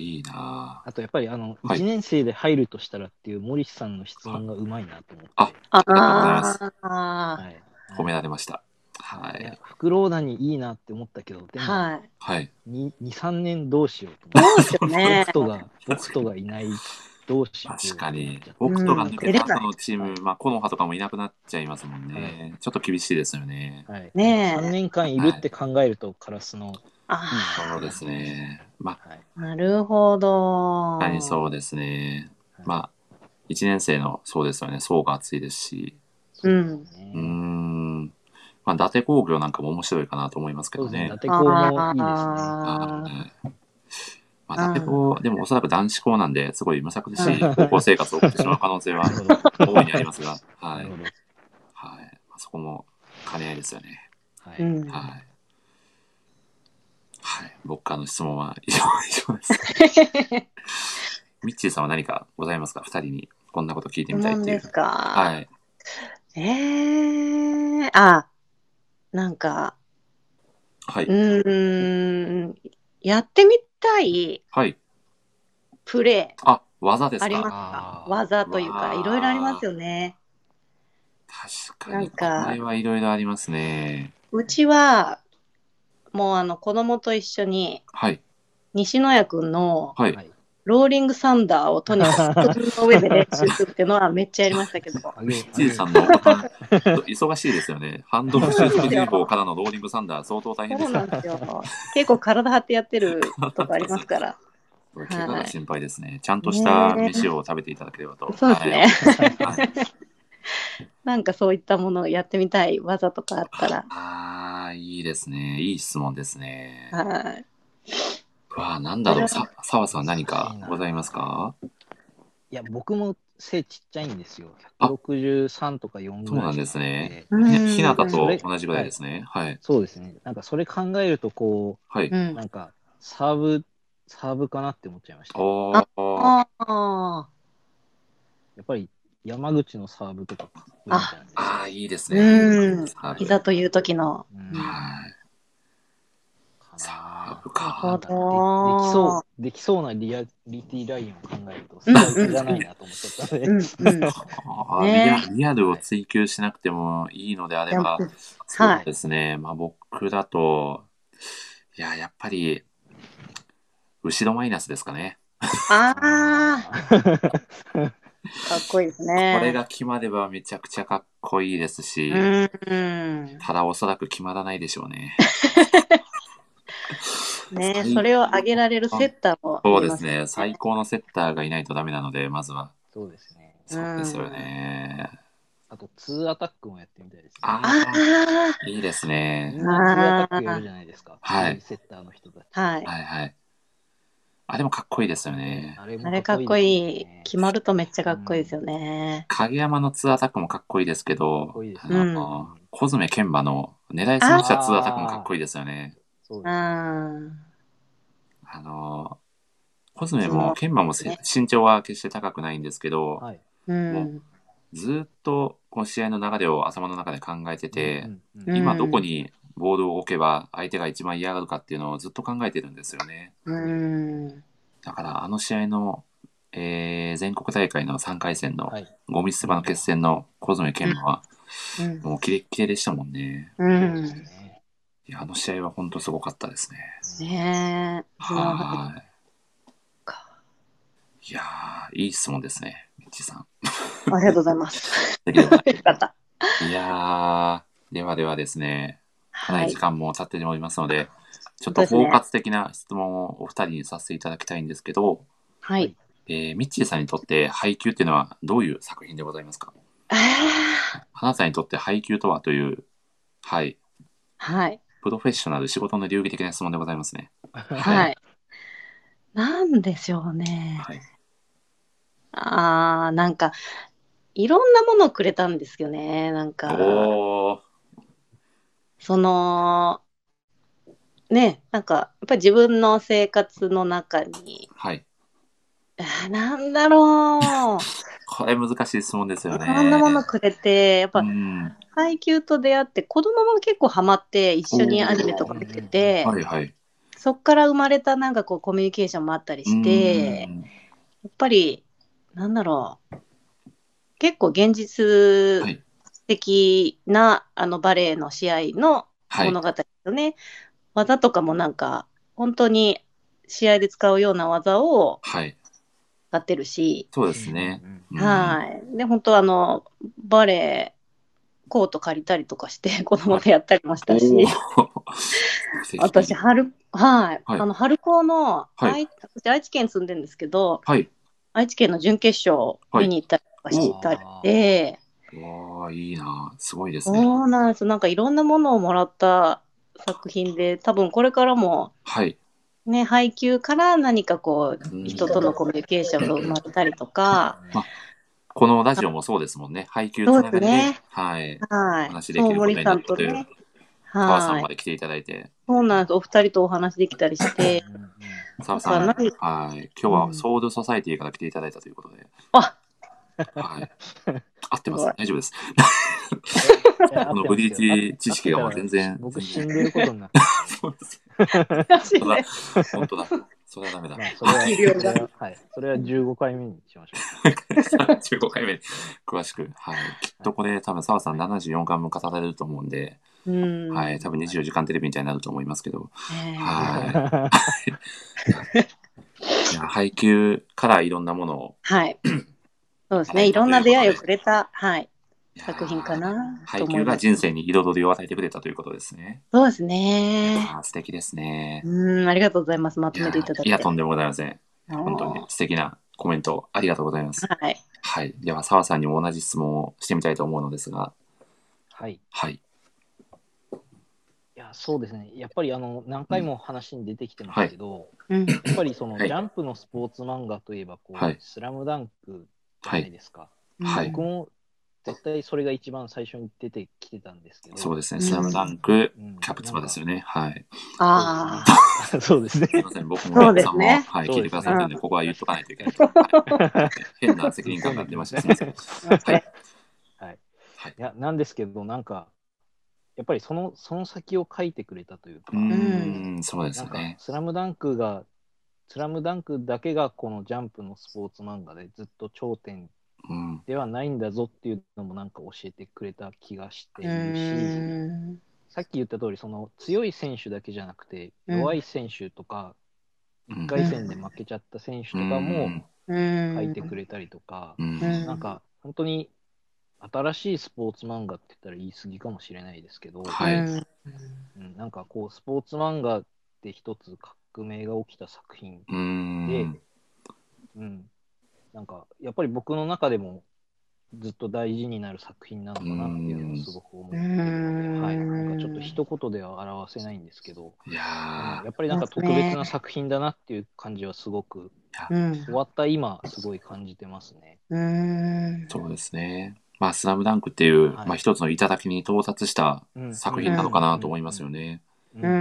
いいな。 あとやっぱり1年生で入るとしたらっていう森さんの質問がうまいなと思って。 ありがとうございます。褒められました。はい。 フクロウダニいいなって思ったけど、でも、2、3年どうしようと思って。 僕とがいないどうしよう。 確かに。僕とが抜けた後のチーム、木の葉とかもいなくなっちゃいますもんね。ちょっと厳しいですよね。 3年間いるって考えると、カラスの。 そうですね。 なるほど。 確かにそうですね。1年生のそうですよね。層が厚いですし。伊達工業なんかも面白いかなと思いますけどね。 伊達工もいいですね。 伊達工、でもおそらく男子校なんで、すごいむさ苦しい高校生活を送ってしまう可能性は大いにありますが、はい。はい。そこも兼ね合いですよね。はい。はい。僕からの質問は以上です。ミッチーさんは何かございますか？2人にこんなこと聞いてみたいっていう。 ですか？ はい。 なんか、 はい。 やってみたいプレー。技ですか？ ありますか？技というか、いろいろありますよね。 確かに。これはいろいろありますね。 うちは、もう子供と一緒に、西野谷くんの、ローリングサンダーをとにかく布団の上で練習するっていうのはめっちゃやりましたけど。 ミッチーさんの忙しいですよね。ハンドルシュート人口からのローリングサンダー相当大変です。 そうなんですよ。結構体張ってやってるとこありますから。 怪我が心配ですね。ちゃんとした飯を食べていただければと。 そうですね。なんかそういったものをやってみたい技とかあったら。 いいですね。いい質問ですね。 はい。 なんだろう。澤さん何かございますか？ いや、僕も背ちっちゃいんですよ。163とか4ぐらい。 そうなんですね。ひなたと同じぐらいですね。はい。 そうですね。なんかそれ考えると、こう、なんかサーブかなって思っちゃいました。やっぱり山口のサーブとかかっこいいじゃないですか。 いいですね。 いざという時の。 はい。サーブか。できそうなリアリティラインを考えると、それはいらないなと思っちゃったので。リアルを追求しなくてもいいのであれば、そうですね。僕だと、やっぱり、後ろマイナスですかね。 かっこいいですね。 これが決まればめちゃくちゃかっこいいですし、ただおそらく決まらないでしょうね。 それを上げられるセッターも、 そうですね。最高のセッターがいないとダメなので、まずは。 そうですね。 そうですよね。 あと、2アタックもやってみたいですね。 いいですね。 みんな2アタックやるじゃないですか。 はい。 セッターの人たち。 はいはい。あれもかっこいいですよね。 あれかっこいい。決まるとめっちゃかっこいいですよね。 影山の2アタックもかっこいいですけど、小爪健馬の狙いすました2アタックもかっこいいですよね。小爪も健馬も身長は決して高くないんですけど、もうずっとこの試合の流れを頭の中で考えてて、 うん今どこにボールを置けば相手が一番嫌がるかっていうのをずっと考えてるんですよね。だからあの試合の、全国大会の3回戦のゴミ捨て場の決戦の小爪研磨は、もうキレッキレでしたもんね。いや、あの試合は本当すごかったですね。 ねえ。 はい。いやー、いい質問ですね、みっちーさん。 ありがとうございます。 できればよかった。 いやー、ではではですね、かなり時間も経っておりますので、ちょっと包括的な質問をお二人にさせていただきたいんですけど、 はい。 ミッチーさんにとって配給っていうのはどういう作品でございますか？花さんにとって配給とはという、はい。 はい。 プロフェッショナル仕事の流儀的な質問でございますね。 はい。なんでしょうね。 はい。 なんか、いろんなものをくれたんですよね。なんか、その、ね、なんか、やっぱり自分の生活の中に、 はい。 なんだろう。 これ難しい質問ですよいろんなものね。 くれて、やっぱ、 うん。 配給と出会って、子供も結構ハマって一緒にアニメとか見てて、 はいはい。 そっから生まれたなんかこうコミュニケーションもあったりして、やっぱり、なんだろう。結構現実的な、バレエの試合の物語ですよね。技とかもなんか、本当に試合で使うような技を使ってるし、 そうですね。 はい。で、本当バレエ、コート借りたりとかして子供とやったりもしたし、私、はい。春高の、私、愛知県住んでるんですけど、愛知県の準決勝見に行ったりとかしたりで、 わあ、いいな。すごいですね。 そうなんです。なんかいろんなものをもらった作品で、多分これからも、ね、配給から何かこう、人とのコミュニケーションが生まれたりとか。 このラジオもそうですもんね。配給つながりで、はい。話できることになったという。澤さんまで来ていただいて。 そうなんです。お二人とお話できたりして。 澤さん、はい。今日はソウルソサイティから来ていただいたということで。はい。合ってます。大丈夫です。このブリーチ知識がもう全然。 僕死んでることになってそうです。本当だ。それはダメだ。 それは15回目にしましょう。15回目。詳しく。はい。きっとこれ多分澤さん74回も語られると思うんで、はい。多分24時間テレビみたいになると思いますけど。はい。配給からいろんなものを。 はい。そうですね。いろんな出会いをくれた、はい。作品かな。 配給が人生に彩りを与えてくれたということですね。 そうですね。 素敵ですね。 ありがとうございます。まとめていただいて。 いや、とんでもございません。本当に素敵なコメントありがとうございます。 はい。 はい。では、澤さんにも同じ質問をしてみたいと思うのですが。 はい。 はい。 いや、そうですね。やっぱり何回も話に出てきてますけど、やっぱりそのジャンプのスポーツ漫画といえばこう、スラムダンクじゃないですか。僕も絶対それが一番最初に出てきてたんですけど。 そうですね。スラムダンク、キャプツバですよね。はい。 そうですね。 すみません。僕もさんも、はい、聞いてくださってるんで、ここは言っとかないといけない。変な責任感が出ました。すみません。はい。 はい。いや、なんですけど、なんか、やっぱりその先を書いてくれたというか、 そうですね。 スラムダンクだけがこのジャンプのスポーツ漫画でずっと頂点ではないんだぞっていうのもなんか教えてくれた気がしているし、さっき言った通り、その強い選手だけじゃなくて、弱い選手とか、1回戦で負けちゃった選手とかも書いてくれたりとか、なんか本当に新しいスポーツ漫画って言ったら言い過ぎかもしれないですけど、なんかこうスポーツ漫画って一つ革命が起きた作品で、なんかやっぱり僕の中でもずっと大事になる作品なのかなっていうのをすごく思ってるので、はい、なんかちょっと一言では表せないんですけど、やっぱりなんか特別な作品だなっていう感じはすごく、終わった今すごい感じてますね。 そうですね。まあ、スラムダンクっていう、まあ一つの頂に到達した作品なのかなと思いますよね。いや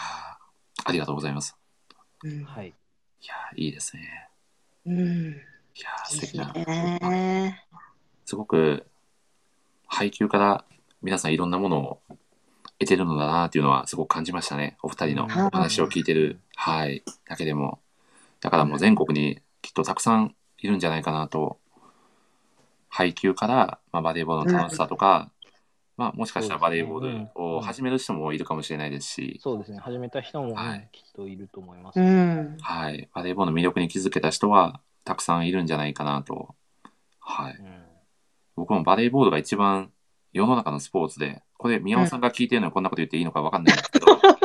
ありがとうございます。 はい。 いやいいですね。 いいやー、素敵な。 ね、 すごく配給から皆さんいろんなものを得てるのだなっていうのはすごく感じましたね。お二人のお話を聞いてる、はい、だけでも。だからもう全国にきっとたくさんいるんじゃないかなと。配給から、バレーボールの楽しさとか、もしかしたらバレーボールを始める人もいるかもしれないですし、 そうですね、始めた人も、 はい、 きっといると思います。 はい、バレーボールの魅力に気づけた人はたくさんいるんじゃないかなと。はい。僕もバレーボールが一番世の中のスポーツで、これ宮尾さんが聞いてるのにこんなこと言っていいのかわかんないんですけど、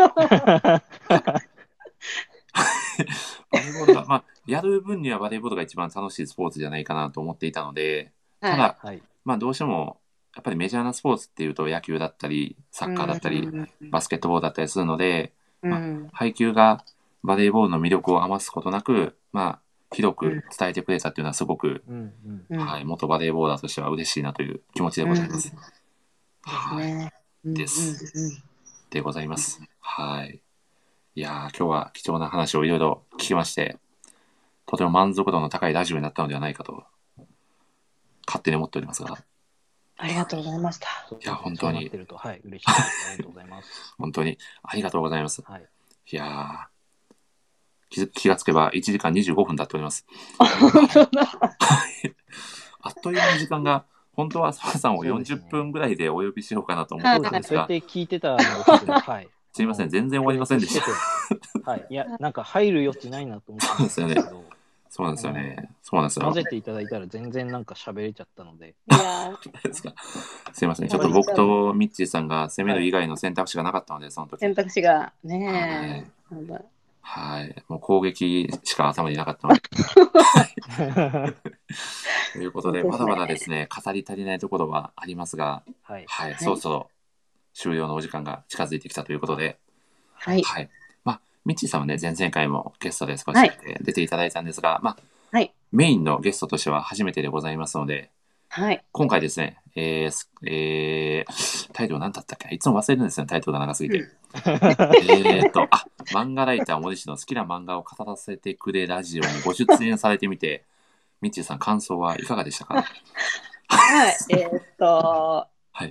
バレーボールが、やる分にはバレーボールが一番楽しいスポーツじゃないかなと思っていたので、ただ、どうしてもやっぱりメジャーなスポーツっていうと野球だったりサッカーだったりバスケットボールだったりするので、配球がバレーボールの魅力を余すことなく、広く伝えてくれたっていうのはすごく、はい、元バレーボーラーとしては嬉しいなという気持ちでございます。はい。です。でございます。はい。いやー、今日は貴重な話をいろいろ聞きまして、とても満足度の高いラジオになったのではないかと、勝手に思っておりますが。 ありがとうございました。 いや、本当に。 はい、嬉しいです。ありがとうございます。 本当に、ありがとうございます。はい、いやー、気がつけば1時間25分経っております。 本当だ。 あっという間の時間が、本当は澤さんを40分ぐらいでお呼びしようかなと思ってたんですが。 そうやって聞いてたので、はい。 すいません、全然終わりませんでした。 はい。いや、なんか入る余地ないなと思ってたんですけど。 そうなんですよね。そうなんですよ。 混ぜていただいたら全然なんか喋れちゃったので。 いやすいません。ちょっと僕とミッチーさんが攻める以外の選択肢がなかったので、その時。 選択肢がね。 はい。もう攻撃しか頭になかったので。ということで、まだまだですね、語り足りないところはありますが、はい。そろそろ終了のお時間が近づいてきたということで、はい。ミッチーさんはね、前々回もゲストで少し出ていただいたんですが、メインのゲストとしては初めてでございますので、今回ですね、タイトル何だったっけ、いつも忘れるんですよ、タイトルが長すぎて。漫画ライター森氏の好きな漫画を語らせてくれラジオにご出演されてみて、ミッチーさん、感想はいかがでしたか？ はい。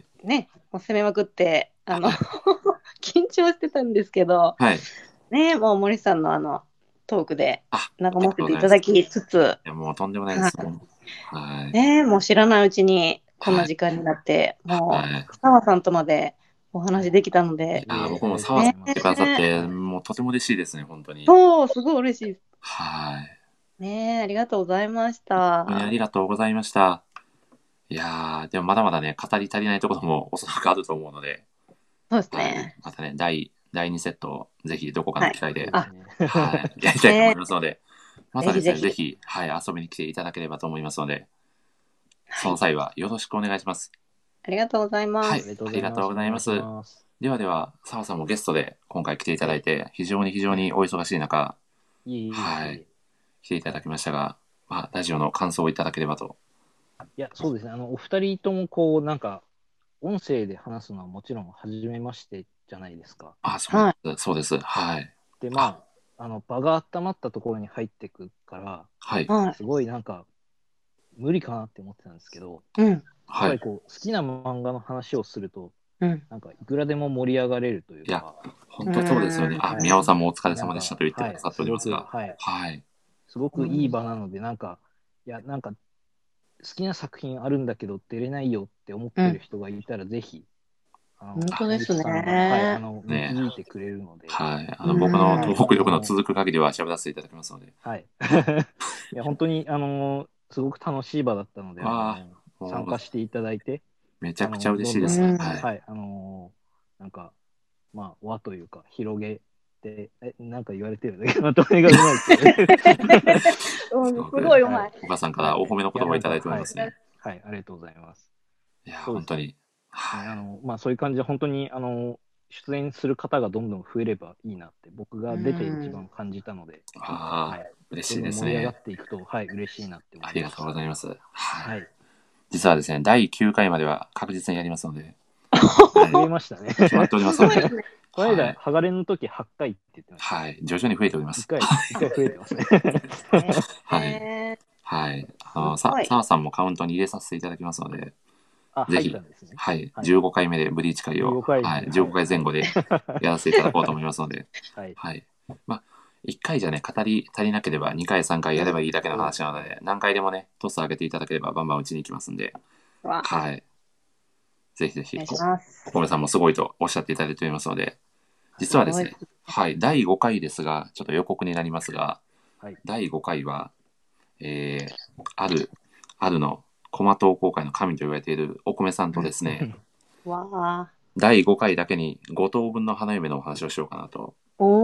ね、もう攻めまくって、緊張してたんですけど、ね、もう森さんのトークで和ませていただきつつ、 いや、もうとんでもないです。 ね、もう知らないうちにこんな時間になって、もう澤さんとまでお話できたので、 僕も澤さん来てくださって、もうとても嬉しいですね、本当に。 そう、すごい嬉しいです。 はい。 ね、ありがとうございました。 本当にありがとうございました。いやー、でもまだまだね、語り足りないところもおそらくあると思うので、 そうですね。 またね、第2セットをぜひどこかの機会で、やりたいと思いますので、またですね、ぜひ、遊びに来ていただければと思いますので、その際はよろしくお願いします。 ありがとうございます。 ありがとうございます。ではでは、澤さんもゲストで今回来ていただいて、非常にお忙しい中、来ていただきましたが、ラジオの感想をいただければと。 いや、そうですね。お二人ともこう、なんか、音声で話すのはもちろん初めましてじゃないですか。 そうです。はい。 で、場が温まったところに入ってくから、すごいなんか、無理かなって思ってたんですけど、やっぱりこう、好きな漫画の話をすると、なんか、いくらでも盛り上がれるというか。いや、 本当そうですよね。宮尾さんもお疲れ様でしたと言ってくださっておりますが。 すごくいい場なので、なんか、好きな作品あるんだけど出れないよって思ってる人がいたら、ぜひ、 本当ですね。 導いてくれるので。 僕の東北力の続く限りは喋らせていただきますので。 いや、本当に、すごく楽しい場だったので、参加していただいて。 めちゃくちゃ嬉しいです。 なんか、輪というか、広げて、なんか言われてるんだけど、まとめがうまいって。 すごいうまい。 お母さんからお褒めの言葉をいただいておりますね。 はい、ありがとうございます。 いや、本当に。 そういう感じで、本当に、出演する方がどんどん増えればいいなって、僕が出て一番感じたので、 嬉しいですね。 盛り上がっていくと、嬉しいなって思います。 ありがとうございます。実はですね、第9回までは確実にやりますので。 増えましたね。 決まっておりますので。 この間、ハガレンの時8回って言ってました。 徐々に増えております。 1回増えてますね。 はい。澤さんもカウントに入れさせていただきますので、ぜひ、はい、15回目でブリーチ会を、はい、15回前後でやらせていただこうと思いますので、はい。まあ、1回じゃね、語り足りなければ2回、3回やればいいだけの話なので、何回でもね、トス上げていただければバンバン打ちに行きますんで、はい。ぜひぜひ、お米さんもすごいとおっしゃっていただいておりますので、実はですね、はい、第5回ですが、ちょっと予告になりますが、第5回は、あるのコマ投稿会の神と言われているお米さんとですね、第5回だけに5等分の花嫁のお話をしようかなと、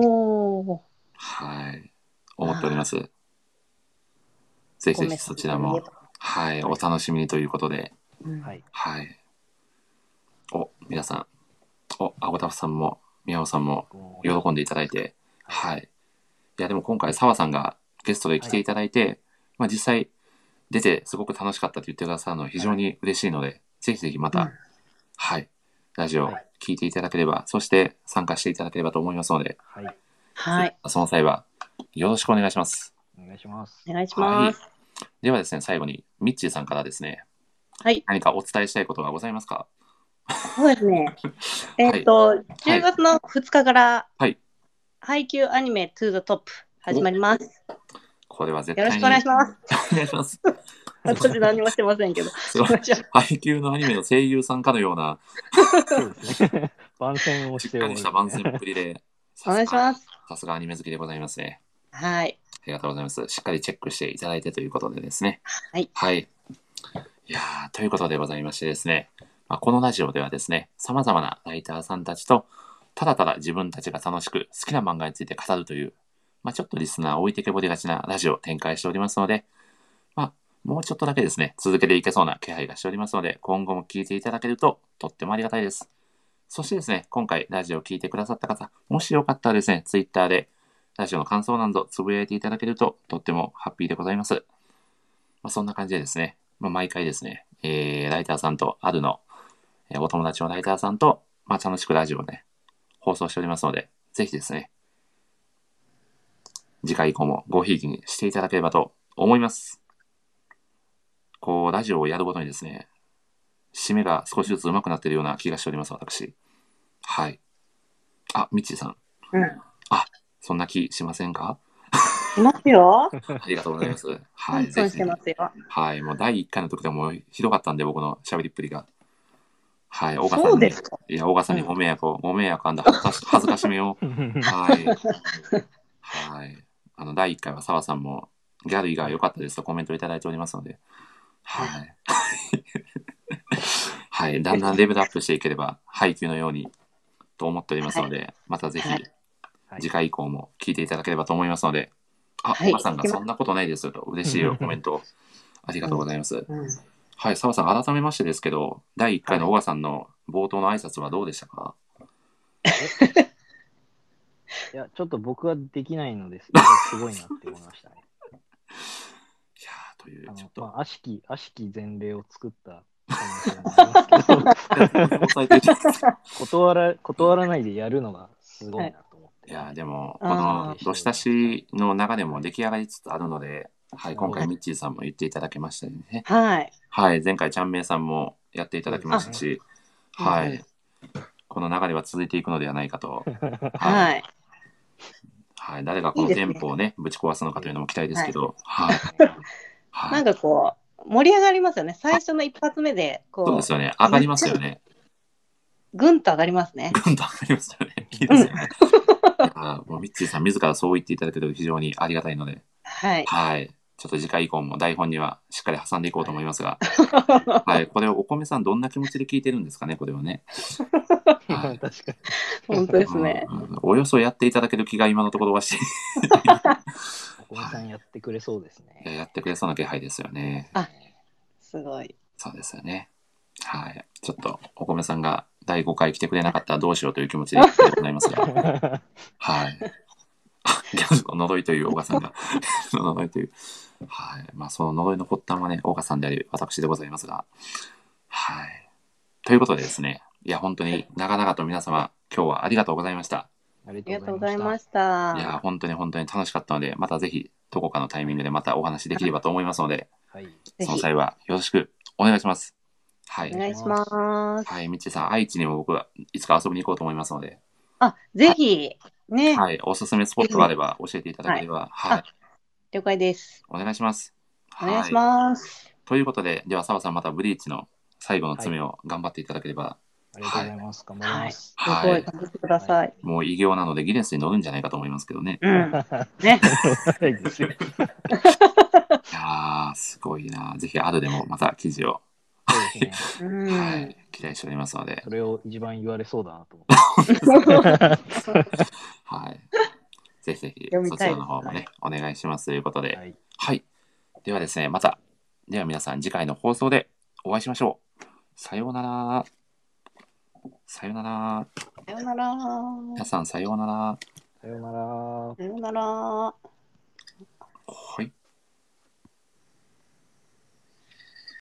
はい、思っております。ぜひぜひそちらも、はい、お楽しみにということで、はい。皆さん、あごたふさんも、みやおさんも喜んでいただいて、はい。いや、でも今回、澤さんがゲストで来ていただいて、まあ実際、出てすごく楽しかったと言ってくださるのは非常に嬉しいので、ぜひぜひまた、はい、ラジオ聞いていただければ、そして参加していただければと思いますので、 はい。 その際はよろしくお願いします。 お願いします。 お願いします。 ではですね、最後にミッチーさんからですね、何かお伝えしたいことがございますか？ そうですね。10月の2日から、配給アニメ To the Top 始まります。 これは絶対によろしくお願いします。 お願いします。 私何もしてませんけど。 配給のアニメの声優さんかのようなそうですね。番宣をしております。 しっかりした番宣っぷりで、 お願いします。 さすがアニメ好きでございますね。 はい。 ありがとうございます。しっかりチェックしていただいてということでですね。 はい。 はい。いやー、ということでございましてですね、このラジオではですね、様々なライターさんたちと、ただただ自分たちが楽しく好きな漫画について語るという、ちょっとリスナー置いてけぼりがちなラジオを展開しておりますので、もうちょっとだけですね、続けていけそうな気配がしておりますので、今後も聞いていただけるととってもありがたいです。そしてですね、今回ラジオを聞いてくださった方、もしよかったらですね、ツイッターでラジオの感想などつぶやいていただけるととってもハッピーでございます。そんな感じでですね、毎回ですね、ライターさんとあるの、お友達のライターさんと、楽しくラジオをね、放送しておりますので、ぜひですね、次回以降もごひいきにしていただければと思います。ラジオをやるごとにですね、締めが少しずつ上手くなっているような気がしております、私。はい。ミッチーさん。そんな気しませんか？ しますよ。 ありがとうございます。はい。 ぜひ。してますよ。 はい。もう第1回の時でもひどかったんで、僕の喋りっぷりが。はい。 そうですか。 いや、小川さんにご迷惑恥ずかしめを。はい。はい。第1回は澤さんもギャル以外良かったですとコメントいただいておりますので、はい。はい。だんだんレベルアップしていければ、配給のようにと思っておりますので、またぜひ、次回以降も聞いていただければと思いますので、小川さんがそんなことないですよと、嬉しいよ、コメント。ありがとうございます。はい、澤さん、改めましてですけど、第1回の小川さんの冒頭の挨拶はどうでしたか？ いや、ちょっと僕はできないのです。すごいなって思いましたね。 いやー、という、ちょっと。悪しき前例を作ったかもしれないですけど、断らないでやるのがすごいなと思って。 いや、でも、この、どしたしの流れも出来上がりつつあるので、はい、今回、ミッチーさんも言っていただけましたよね。 はい。 はい、前回、ちゃんめいさんもやっていただきましたし、はい。この流れは続いていくのではないかと。 はい。 はい、誰がこのテンポをね、ぶち壊すのかというのも期待ですけど、はい。 なんか盛り上がりますよね。最初の一発目で、 そうですよね。上がりますよね。 ぐんと上がりますね。 ぐんと上がりますよね。いいですよね。もうミッチーさん自らそう言っていただけると非常にありがたいので、 はい。 はい。ちょっと次回以降も台本にはしっかり挟んでいこうと思いますが、はい。これをお米さんどんな気持ちで聞いてるんですかね、これはね。 はい、確かに。 本当ですね。 およそやっていただける気が今のところはしてお米さんやってくれそうですね。 やってくれそうな気配ですよね。 すごい。 そうですよね。はい。ちょっとお米さんが第5回来てくれなかったらどうしようという気持ちでございますが、はい。ギャルの呪いという小川さんが呪いという、はい。その呪いの発端はね、小川さんであり私でございますが、はい。ということでですね、いや本当に長々と皆様今日はありがとうございました。 ありがとうございました。 いや本当に楽しかったので、またぜひどこかのタイミングでまたお話できればと思いますので、 はい。 その際はよろしくお願いします。はい。 お願いします。 はい、みっちーさん、愛知にも僕はいつか遊びに行こうと思いますので、 あ、ぜひ、ね。 はい、おすすめスポットがあれば教えていただければ、はい、 了解です。 お願いします。 お願いしはい。 ます。 ということで、では澤さんまたブリーチの最後の詰めを頑張っていただければ、 ありがとうございます。頑張ります。 すごい、頑張ってください。 もう偉業なのでギネスに乗るんじゃないかと思いますけどね。 ね。 ないですよ。 いやー、すごいな。ぜひ、あるでもまた記事を、 そうですね。 はい、期待しておりますので。 それを一番言われそうだなと思って。 はい。ぜひぜひ、 読みたいですそちらの方もね、お願いしますということで。 はい。 はい。ではですね、また、では皆さん次回の放送でお会いしましょう。さようなら。さようなら。 さようなら。 皆さん、さようなら。 さようなら。 さようなら。